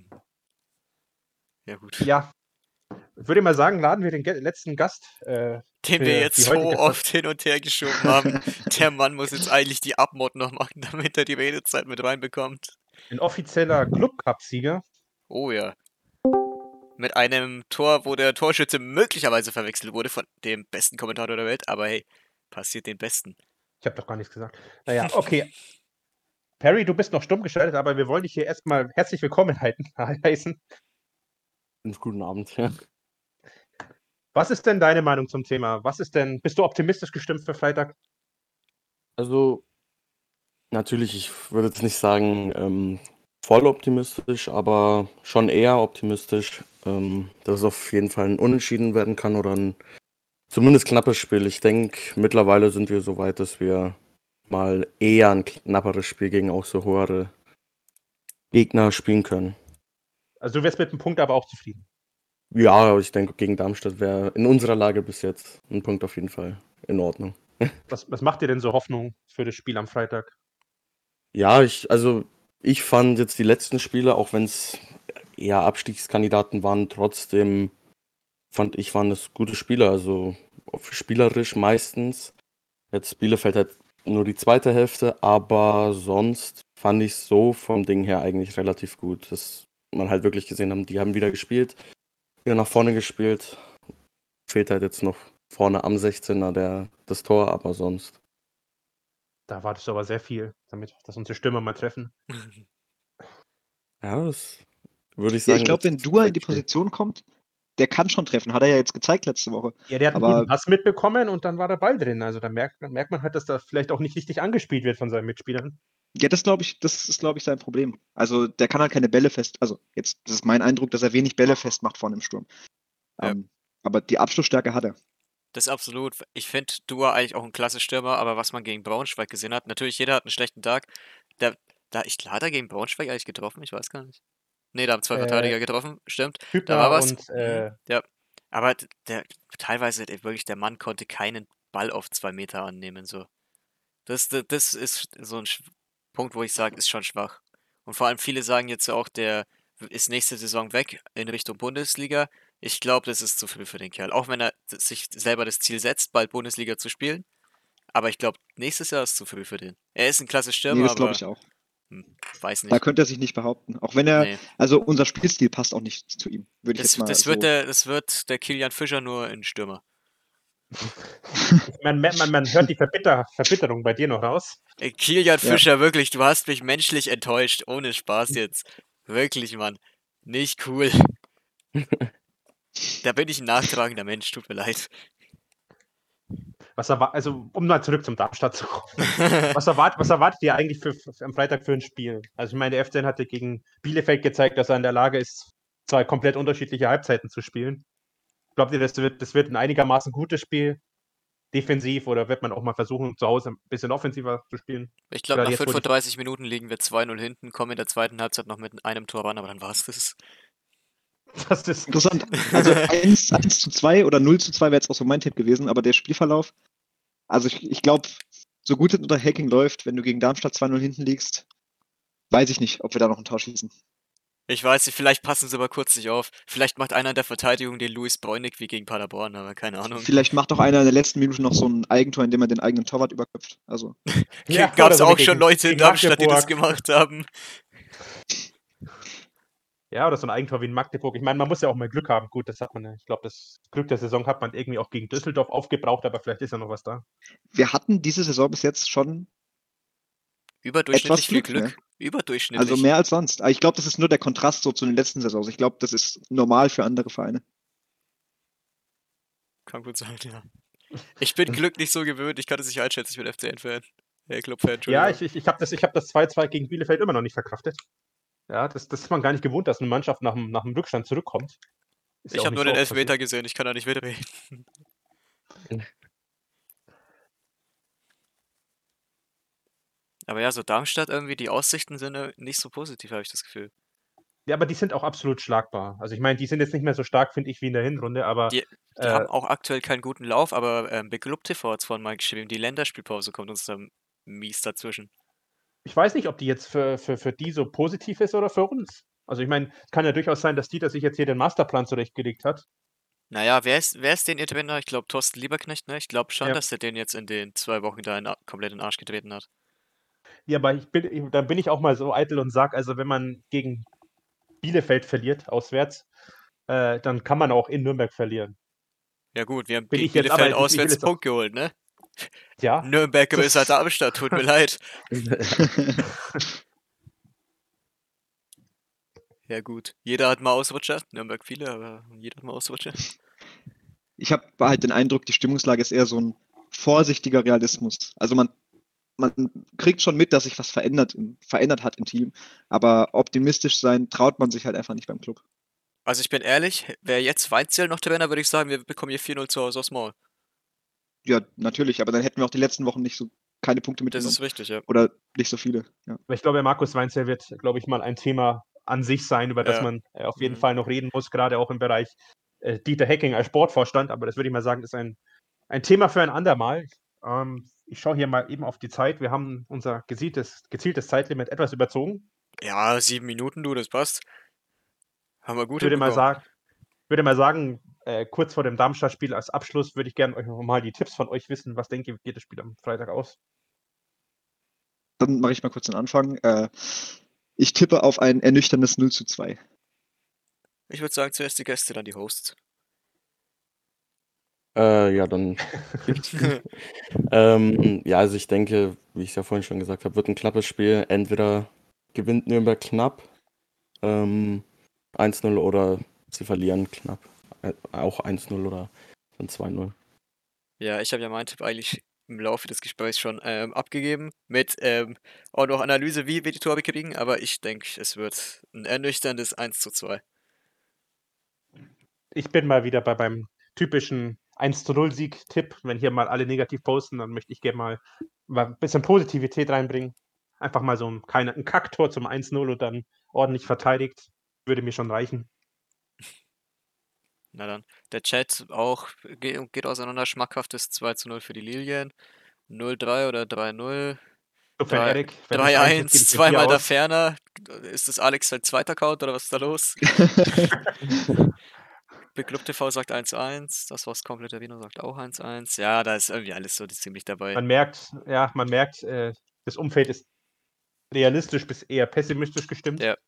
Ja, gut. ja, ich würde mal sagen, laden wir den ge- letzten Gast. Äh, Den für wir die jetzt so heutige Folge. oft hin und her geschoben haben. Der Mann muss jetzt eigentlich die Abmod noch machen, damit er die Redezeit mit reinbekommt. Ein offizieller Club-Cup-Sieger. Oh ja. Mit einem Tor, wo der Torschütze möglicherweise verwechselt wurde von dem besten Kommentator der Welt. Aber hey, passiert den Besten. Ich habe doch gar nichts gesagt. Naja, okay. Perry, du bist noch stumm geschaltet, aber wir wollen dich hier erstmal herzlich willkommen halten, heißen. Guten Abend, ja. Was ist denn deine Meinung zum Thema? Was ist denn, bist du optimistisch gestimmt für Freitag? Also, natürlich, ich würde jetzt nicht sagen, ähm, voll optimistisch, aber schon eher optimistisch, ähm, dass es auf jeden Fall ein Unentschieden werden kann oder ein zumindest knappes Spiel. Ich denke, mittlerweile sind wir so weit, dass wir mal eher ein knapperes Spiel gegen auch so höhere Gegner spielen können. Also du wärst mit dem Punkt aber auch zufrieden. Ja, ich denke, gegen Darmstadt wäre in unserer Lage bis jetzt ein Punkt auf jeden Fall in Ordnung. Was, was macht dir denn so Hoffnung für das Spiel am Freitag? Ja, ich, also ich fand jetzt die letzten Spiele, auch wenn es eher Abstiegskandidaten waren, trotzdem fand ich, waren es gute Spiele, also spielerisch meistens. Jetzt Bielefeld hat nur die zweite Hälfte, aber sonst fand ich es so vom Ding her eigentlich relativ gut, dass man halt wirklich gesehen haben, die haben wieder gespielt, wieder nach vorne gespielt. Fehlt halt jetzt noch vorne am sechzehner der, das Tor, aber sonst. Da wartest du aber sehr viel, damit, dass unsere Stürmer mal treffen. Ja, das würde ich Ja, sagen. ich glaube, wenn das- Dua in die Position kommt, der kann schon treffen. Hat er ja jetzt gezeigt letzte Woche. Ja, der hat einen Aber- guten Pass mitbekommen und dann war der Ball drin. Also da merkt, merkt man halt, dass da vielleicht auch nicht richtig angespielt wird von seinen Mitspielern. Ja, das glaube ich, das ist, glaube ich, sein Problem. Also der kann halt keine Bälle fest. Also jetzt, das ist mein Eindruck, dass er wenig Bälle festmacht vorne im Sturm. Ja. Ähm, aber die Abschlussstärke hat er. Das ist absolut. Ich finde Dua eigentlich auch ein klasse Stürmer, aber was man gegen Braunschweig gesehen hat, natürlich jeder hat einen schlechten Tag. Der, da, ich klar, hat er gegen Braunschweig eigentlich getroffen, ich weiß gar nicht. Nee, da haben zwei Äh, Verteidiger getroffen, stimmt. Da Hübner war was. und äh, Mhm, ja. Aber d- der, teilweise, der, wirklich, der Mann konnte keinen Ball auf zwei Meter annehmen, so. Das, das, das ist so ein Sch- Punkt, wo ich sage, ist schon schwach. Und vor allem viele sagen jetzt auch, der ist nächste Saison weg in Richtung Bundesliga. Ich glaube, das ist zu viel für den Kerl. Auch wenn er sich selber das Ziel setzt, bald Bundesliga zu spielen. Aber ich glaube, nächstes Jahr ist zu viel für den. Er ist ein klasse Stürmer, Nee, das aber glaube ich auch. hm, weiß Da nicht. könnte er sich nicht behaupten. Auch wenn er, Nee. also unser Spielstil passt auch nicht zu ihm, würde ich Das, jetzt mal das, wird so. der, das wird der Kilian Fischer nur in Stürmer. man, man, man hört die Verbitter, Verbitterung bei dir noch raus. Ey, Kilian Ja. Fischer, wirklich, du hast mich menschlich enttäuscht. Ohne Spaß jetzt. Wirklich, Mann. Nicht cool. Da bin ich ein nachtragender Mensch, tut mir leid. Was erwa- also, um mal zurück zum Darmstadt zu kommen. Was, erwart was erwartet ihr eigentlich für, für, am Freitag für ein Spiel? Also, ich meine, der F C N hatte gegen Bielefeld gezeigt, dass er in der Lage ist, zwei komplett unterschiedliche Halbzeiten zu spielen. Glaubt ihr, das wird, das wird ein einigermaßen gutes Spiel? Defensiv oder wird man auch mal versuchen, zu Hause ein bisschen offensiver zu spielen? Ich glaube, Gerade nach jetzt, wo die- fünfunddreißig Minuten liegen wir zwei null hinten, kommen in der zweiten Halbzeit noch mit einem Tor ran, aber dann war's das. Das ist Interessant. Also eins, eins zu zwei oder null zu zwei wäre jetzt auch so mein Tipp gewesen, aber der Spielverlauf, also ich, ich glaube, so gut es unter Hacking läuft, wenn du gegen Darmstadt zwei null hinten liegst, weiß ich nicht, ob wir da noch ein Tor schießen. Ich weiß nicht, vielleicht passen sie aber kurz nicht auf. Vielleicht macht einer in der Verteidigung den Luis Bräunig wie gegen Paderborn, aber keine Ahnung. Vielleicht macht doch einer in der letzten Minute noch so ein Eigentor, indem er den eigenen Torwart überköpft. Also, Ja, Gab es oder so wie auch schon gegen- Leute in gegen Darmstadt, die das Magdeburg. gemacht haben. Ja, oder so ein Eigentor wie in Magdeburg. Ich meine, man muss ja auch mal Glück haben. Gut, das hat man ja. Ich glaube, das Glück der Saison hat man irgendwie auch gegen Düsseldorf aufgebraucht, aber vielleicht ist ja noch was da. Wir hatten diese Saison bis jetzt schon Überdurchschnittlich etwas viel Glück, Glück. ne? Überdurchschnittlich. Also mehr als sonst. Aber ich glaube, das ist nur der Kontrast so zu den letzten Saisons. Ich glaube, das ist normal für andere Vereine. Kann gut sein, ja. Ich bin Glück nicht so gewöhnt, ich kann es nicht einschätzen, ich bin F C N-Fan. Äh, Club-Fan, Entschuldigung. Ja, ich, ich, ich habe das, ich hab das zwei zwei gegen Bielefeld immer noch nicht verkraftet. Ja, das, das ist man gar nicht gewohnt, dass eine Mannschaft nach dem, nach dem Rückstand zurückkommt. Ist ja Ich auch habe nicht nur so den oft passiert. Elfmeter gesehen, ich kann da nicht mitreden. Aber ja, so Darmstadt irgendwie, die Aussichten sind äh, nicht so positiv, habe ich das Gefühl. Ja, aber die sind auch absolut schlagbar. Also ich meine, die sind jetzt nicht mehr so stark, finde ich, wie in der Hinrunde, aber Die, die äh, haben auch aktuell keinen guten Lauf, aber ähm, Big Club T V hat es vorhin mal geschrieben, die Länderspielpause kommt uns da mies dazwischen. ich weiß nicht, ob die jetzt für, für, für die so positiv ist oder für uns. Also ich meine, es kann ja durchaus sein, dass Dieter sich jetzt hier den Masterplan zurechtgelegt hat. Naja, wer ist, wer ist den ihr Trainer? Ich glaube, Thorsten Lieberknecht, ne? Ich glaube schon, Ja. dass der den jetzt in den zwei Wochen da in, komplett in den Arsch getreten hat. Ja, aber ich bin, ich, dann bin ich auch mal so eitel und sage, also wenn man gegen Bielefeld verliert, auswärts, äh, dann kann man auch in Nürnberg verlieren. Ja gut, wir haben Bin gegen ich jetzt aber- Bielefeld ich- ich will auswärts jetzt auch- Punkt geholt, ne? Ja, Nürnberg das- ist halt Darmstadt, tut mir leid. Ja gut, jeder hat mal Ausrutscher, Nürnberg viele, aber jeder hat mal Ausrutscher. Ich habe halt den Eindruck, die Stimmungslage ist eher so ein vorsichtiger Realismus. Also man, man kriegt schon mit, dass sich was verändert, im- verändert hat im Team, aber optimistisch sein traut man sich halt einfach nicht beim Club. Also ich bin ehrlich, wäre jetzt Weinzierl noch Trainer, würde ich sagen, wir bekommen hier vier null zu Hause aufs Maul. Ja, natürlich, aber dann hätten wir auch die letzten Wochen nicht so keine Punkte Das mitgenommen. ist richtig, ja. Oder nicht so viele. Ja. Aber ich glaube, Markus Weinzierl wird, glaube ich, mal ein Thema an sich sein, über das Ja. man äh, auf jeden Mhm. Fall noch reden muss, gerade auch im Bereich äh, Dieter Hecking als Sportvorstand. Aber das würde ich mal sagen, ist ein, ein Thema für ein andermal. Ähm, ich schaue hier mal eben auf die Zeit. Wir haben unser gezieltes, gezieltes Zeitlimit etwas überzogen. Ja, sieben Minuten, du, das passt. Haben wir gut Ich würde mal hinbekommen. sagen, würde mal sagen, äh, kurz vor dem Darmstadt-Spiel als Abschluss würde ich gerne euch noch mal die Tipps von euch wissen. Was denkt ihr, wie geht das Spiel am Freitag aus? Dann mache ich mal kurz den Anfang. Äh, ich tippe auf ein ernüchterndes null zu zwei. Ich würde sagen, zuerst die Gäste, dann die Hosts. Äh, ja, dann. ähm, ja, also ich denke, wie ich es ja vorhin schon gesagt habe, wird ein knappes Spiel. Entweder gewinnt Nürnberg knapp, ähm, eins null, oder sie verlieren knapp. Äh, auch eins null oder dann zwei null. Ja, ich habe ja meinen Tipp eigentlich im Laufe des Gesprächs schon ähm, abgegeben, mit ähm, auch noch Analyse, wie wir die Tore kriegen, aber ich denke, es wird ein ernüchterndes eins zu zwei. Ich bin mal wieder bei beim typischen eins zu null Sieg-Tipp. Wenn hier mal alle negativ posten, dann möchte ich gerne mal, mal ein bisschen Positivität reinbringen. Einfach mal so ein, keine, ein Kacktor zum eins null und dann ordentlich verteidigt. Würde mir schon reichen. Na dann, der Chat auch ge- geht auseinander, schmackhaftes zwei zu null für die Lilien, null drei oder drei null, So für Drei- Erik. wer das drei eintippt, eins, gebe ich mir zweimal vier der aus. Ferner. Ist das Alex sein zweiter Count oder was ist da los? Big Club T V sagt eins eins, das war's komplett, der Wiener sagt auch eins eins. Ja, da ist irgendwie alles so ziemlich dabei. Man merkt, ja, man merkt, äh, das Umfeld ist realistisch bis eher pessimistisch gestimmt. Ja.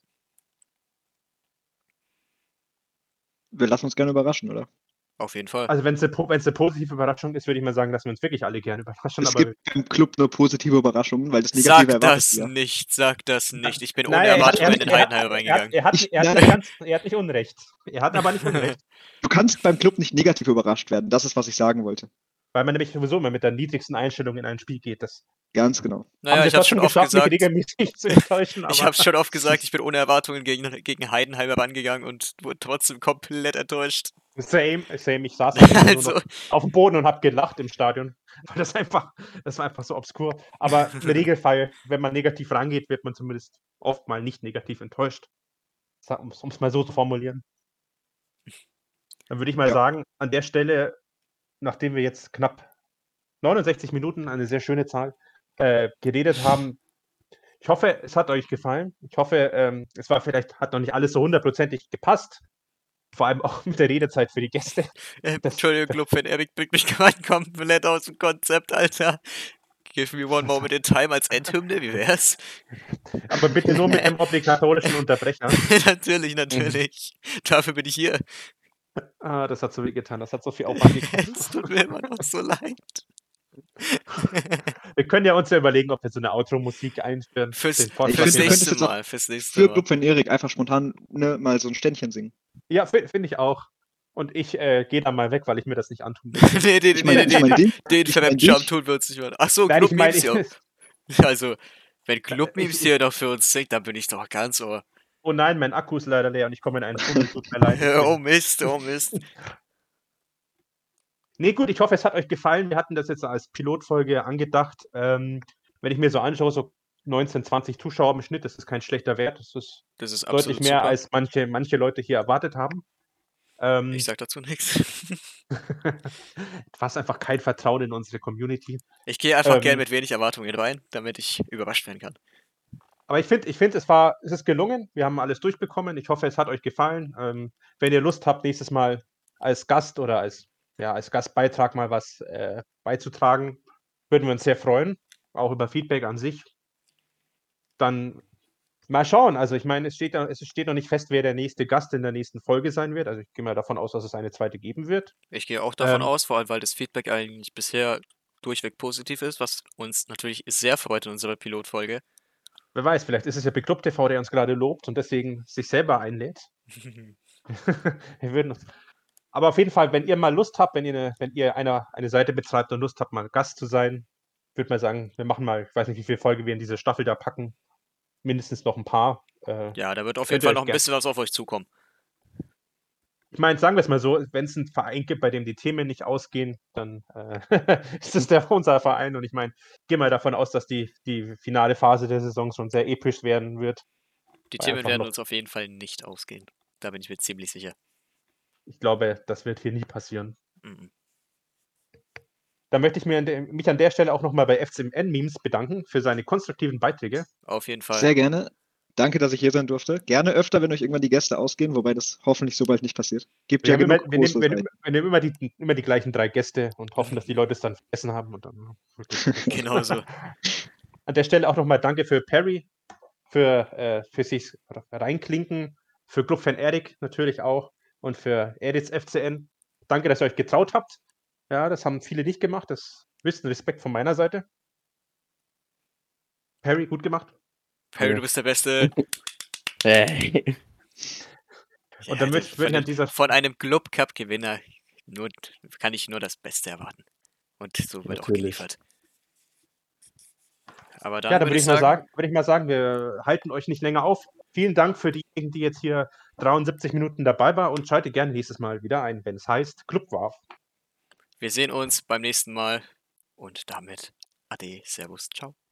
Wir lassen uns gerne überraschen, oder? Auf jeden Fall. Also wenn es eine, po- wenn's eine positive Überraschung ist, würde ich mal sagen, dass wir uns wirklich alle gerne überraschen. Es aber gibt im Club nur positive Überraschungen, weil das Negative Sag erwartet das ja. nicht, sag das nicht. Ich bin ohne Nein, er hat- Erwartungen er in hat- Heidenheim er hat- reingegangen. Er hat, Ich- er, hat, nein. nicht ganz, er hat nicht Unrecht. Er hat aber nicht Unrecht. Du kannst beim Club nicht negativ überrascht werden. Das ist, was ich sagen wollte. Weil man nämlich sowieso immer mit der niedrigsten Einstellung in ein Spiel geht. Das Ganz genau. Naja, haben ich sie hab's schon trotzdem oft geschafft, mich gesagt. regelmäßig zu enttäuschen. Ich aber- hab's schon oft gesagt, ich bin ohne Erwartungen gegen, gegen Heidenheim herangegangen und wurde trotzdem komplett enttäuscht. Same, same. Ich saß einfach nur Also, noch auf dem Boden und habe gelacht im Stadion. Weil das einfach, das war einfach so obskur. Aber im Regelfall, wenn man negativ rangeht, wird man zumindest oft mal nicht negativ enttäuscht. Um es mal so zu formulieren. Dann würde ich mal Ja. sagen, an der Stelle, nachdem wir jetzt knapp neunundsechzig Minuten, eine sehr schöne Zahl, äh, geredet haben, ich hoffe, es hat euch gefallen. Ich hoffe, ähm, es war vielleicht, hat noch nicht alles so hundertprozentig gepasst. Vor allem auch mit der Redezeit für die Gäste. äh, Das- Entschuldigung, Club, wenn Erik bringt mich gerade komplett aus dem Konzept, Alter. Give me one moment in time als Endhymne, wie wär's? Aber bitte nur mit einem obligatorischen Unterbrecher. natürlich, natürlich. Dafür bin ich hier. Ah, das hat so weh getan, das hat so viel Aufwand gekostet. Es tut mir immer noch so leid. Wir können ja uns ja überlegen, ob wir so eine Outro-Musik einführen. Fürs, Den Ich Vorschlag fürs finde, du nehmen. könntest nächste jetzt auch Mal, fürs nächste Für Mal. Club von Erik einfach spontan ne, mal so ein Ständchen singen. Ja, fi- finde ich auch. Und ich äh, gehe dann mal weg, weil ich mir das nicht antun will. nee, nee, Ich nee, meine, nee, ich nee, meine dich. den ich mein verwenden Jump dich. tun wir uns nicht mehr. Achso, Nein, ich meine, Club-Memes, ich, ja. Also, wenn Club-Memes ich, hier noch für uns singt, dann bin ich doch ganz ohr. oh nein, mein Akku ist leider leer und ich komme in einen Tunnel, tut mir leid. Ich oh bin, Mist, oh Mist. nee, gut, ich hoffe, es hat euch gefallen. Wir hatten das jetzt als Pilotfolge angedacht. Ähm, wenn ich mir so anschaue, so neunzehn, zwanzig Zuschauer im Schnitt, das ist kein schlechter Wert. Das ist Das ist deutlich absolut mehr, super. als manche, manche Leute hier erwartet haben. Ähm, Ich sag dazu nichts. du hast einfach kein Vertrauen in unsere Community. Ich gehe einfach Ähm, gern mit wenig Erwartungen rein, damit ich überrascht werden kann. Aber ich finde, ich find, es war, es ist gelungen. Wir haben alles durchbekommen. Ich hoffe, es hat euch gefallen. Ähm, wenn ihr Lust habt, nächstes Mal als Gast oder als, ja, als Gastbeitrag mal was äh, beizutragen, würden wir uns sehr freuen. Auch über Feedback an sich. Dann mal schauen. Also ich meine, es steht, da- es steht noch nicht fest, wer der nächste Gast in der nächsten Folge sein wird. Also ich gehe mal davon aus, dass es eine zweite geben wird. Ich gehe auch davon Ähm, aus, vor allem weil das Feedback eigentlich bisher durchweg positiv ist, was uns natürlich sehr freut in unserer Pilotfolge. Wer weiß, vielleicht ist es ja Beklubbt T V, der uns gerade lobt und deswegen sich selber einlädt. Wir würden uns. Aber auf jeden Fall, wenn ihr mal Lust habt, wenn ihr eine, wenn ihr eine, eine Seite betreibt und Lust habt, mal Gast zu sein, würde mal sagen, wir machen mal, ich weiß nicht, wie viele Folge wir in diese Staffel da packen. Mindestens noch ein paar. Äh, ja, da wird auf könnt jeden ihr Fall euch noch ein gern- bisschen was auf euch zukommen. Ich meine, sagen wir es mal so, wenn es einen Verein gibt, bei dem die Themen nicht ausgehen, dann äh, ist es der unser Verein. Und ich meine, ich gehe mal davon aus, dass die, die finale Phase der Saison schon sehr episch werden wird. Die Weil Themen einfach werden noch- uns auf jeden Fall nicht ausgehen. Da bin ich mir ziemlich sicher. Ich glaube, das wird hier nie passieren. Mhm. Da möchte ich mir an der, mich an der Stelle auch nochmal bei F C M N-Memes bedanken für seine konstruktiven Beiträge. Auf jeden Fall. Sehr gerne. Danke, dass ich hier sein durfte. Gerne öfter, wenn euch irgendwann die Gäste ausgehen, wobei das hoffentlich so bald nicht passiert. Gibt Wir, ja haben immer, genug wir, nehmen, große wir, nehmen, Seiten. wir nehmen immer die, immer die gleichen drei Gäste und hoffen, dass die Leute es dann vergessen haben. Und dann Genau so. An der Stelle auch nochmal danke für Perry, für, äh, für sich reinklinken, für Clubfan Erik natürlich auch und für Edits F C N. Danke, dass ihr euch getraut habt. Ja, das haben viele nicht gemacht. Das wisst Respekt von meiner Seite. Perry, gut gemacht. Perry, Ja. du bist der Beste. Hey. Und dann Ja, möchte- von, würde ich an dem- dieser- von einem Club Cup Gewinner nur, kann ich nur das Beste erwarten. Und so wird auch Natürlich. geliefert. Aber dann Ja, dann würde würde ich ich, mal sagen, sagen, würde ich mal sagen, wir halten euch nicht länger auf. Vielen Dank für diejenigen, die jetzt hier dreiundsiebzig Minuten dabei waren und schaltet gerne nächstes Mal wieder ein, wenn es heißt Clubwarf. wir sehen uns beim nächsten Mal. Und damit Ade, Servus, ciao.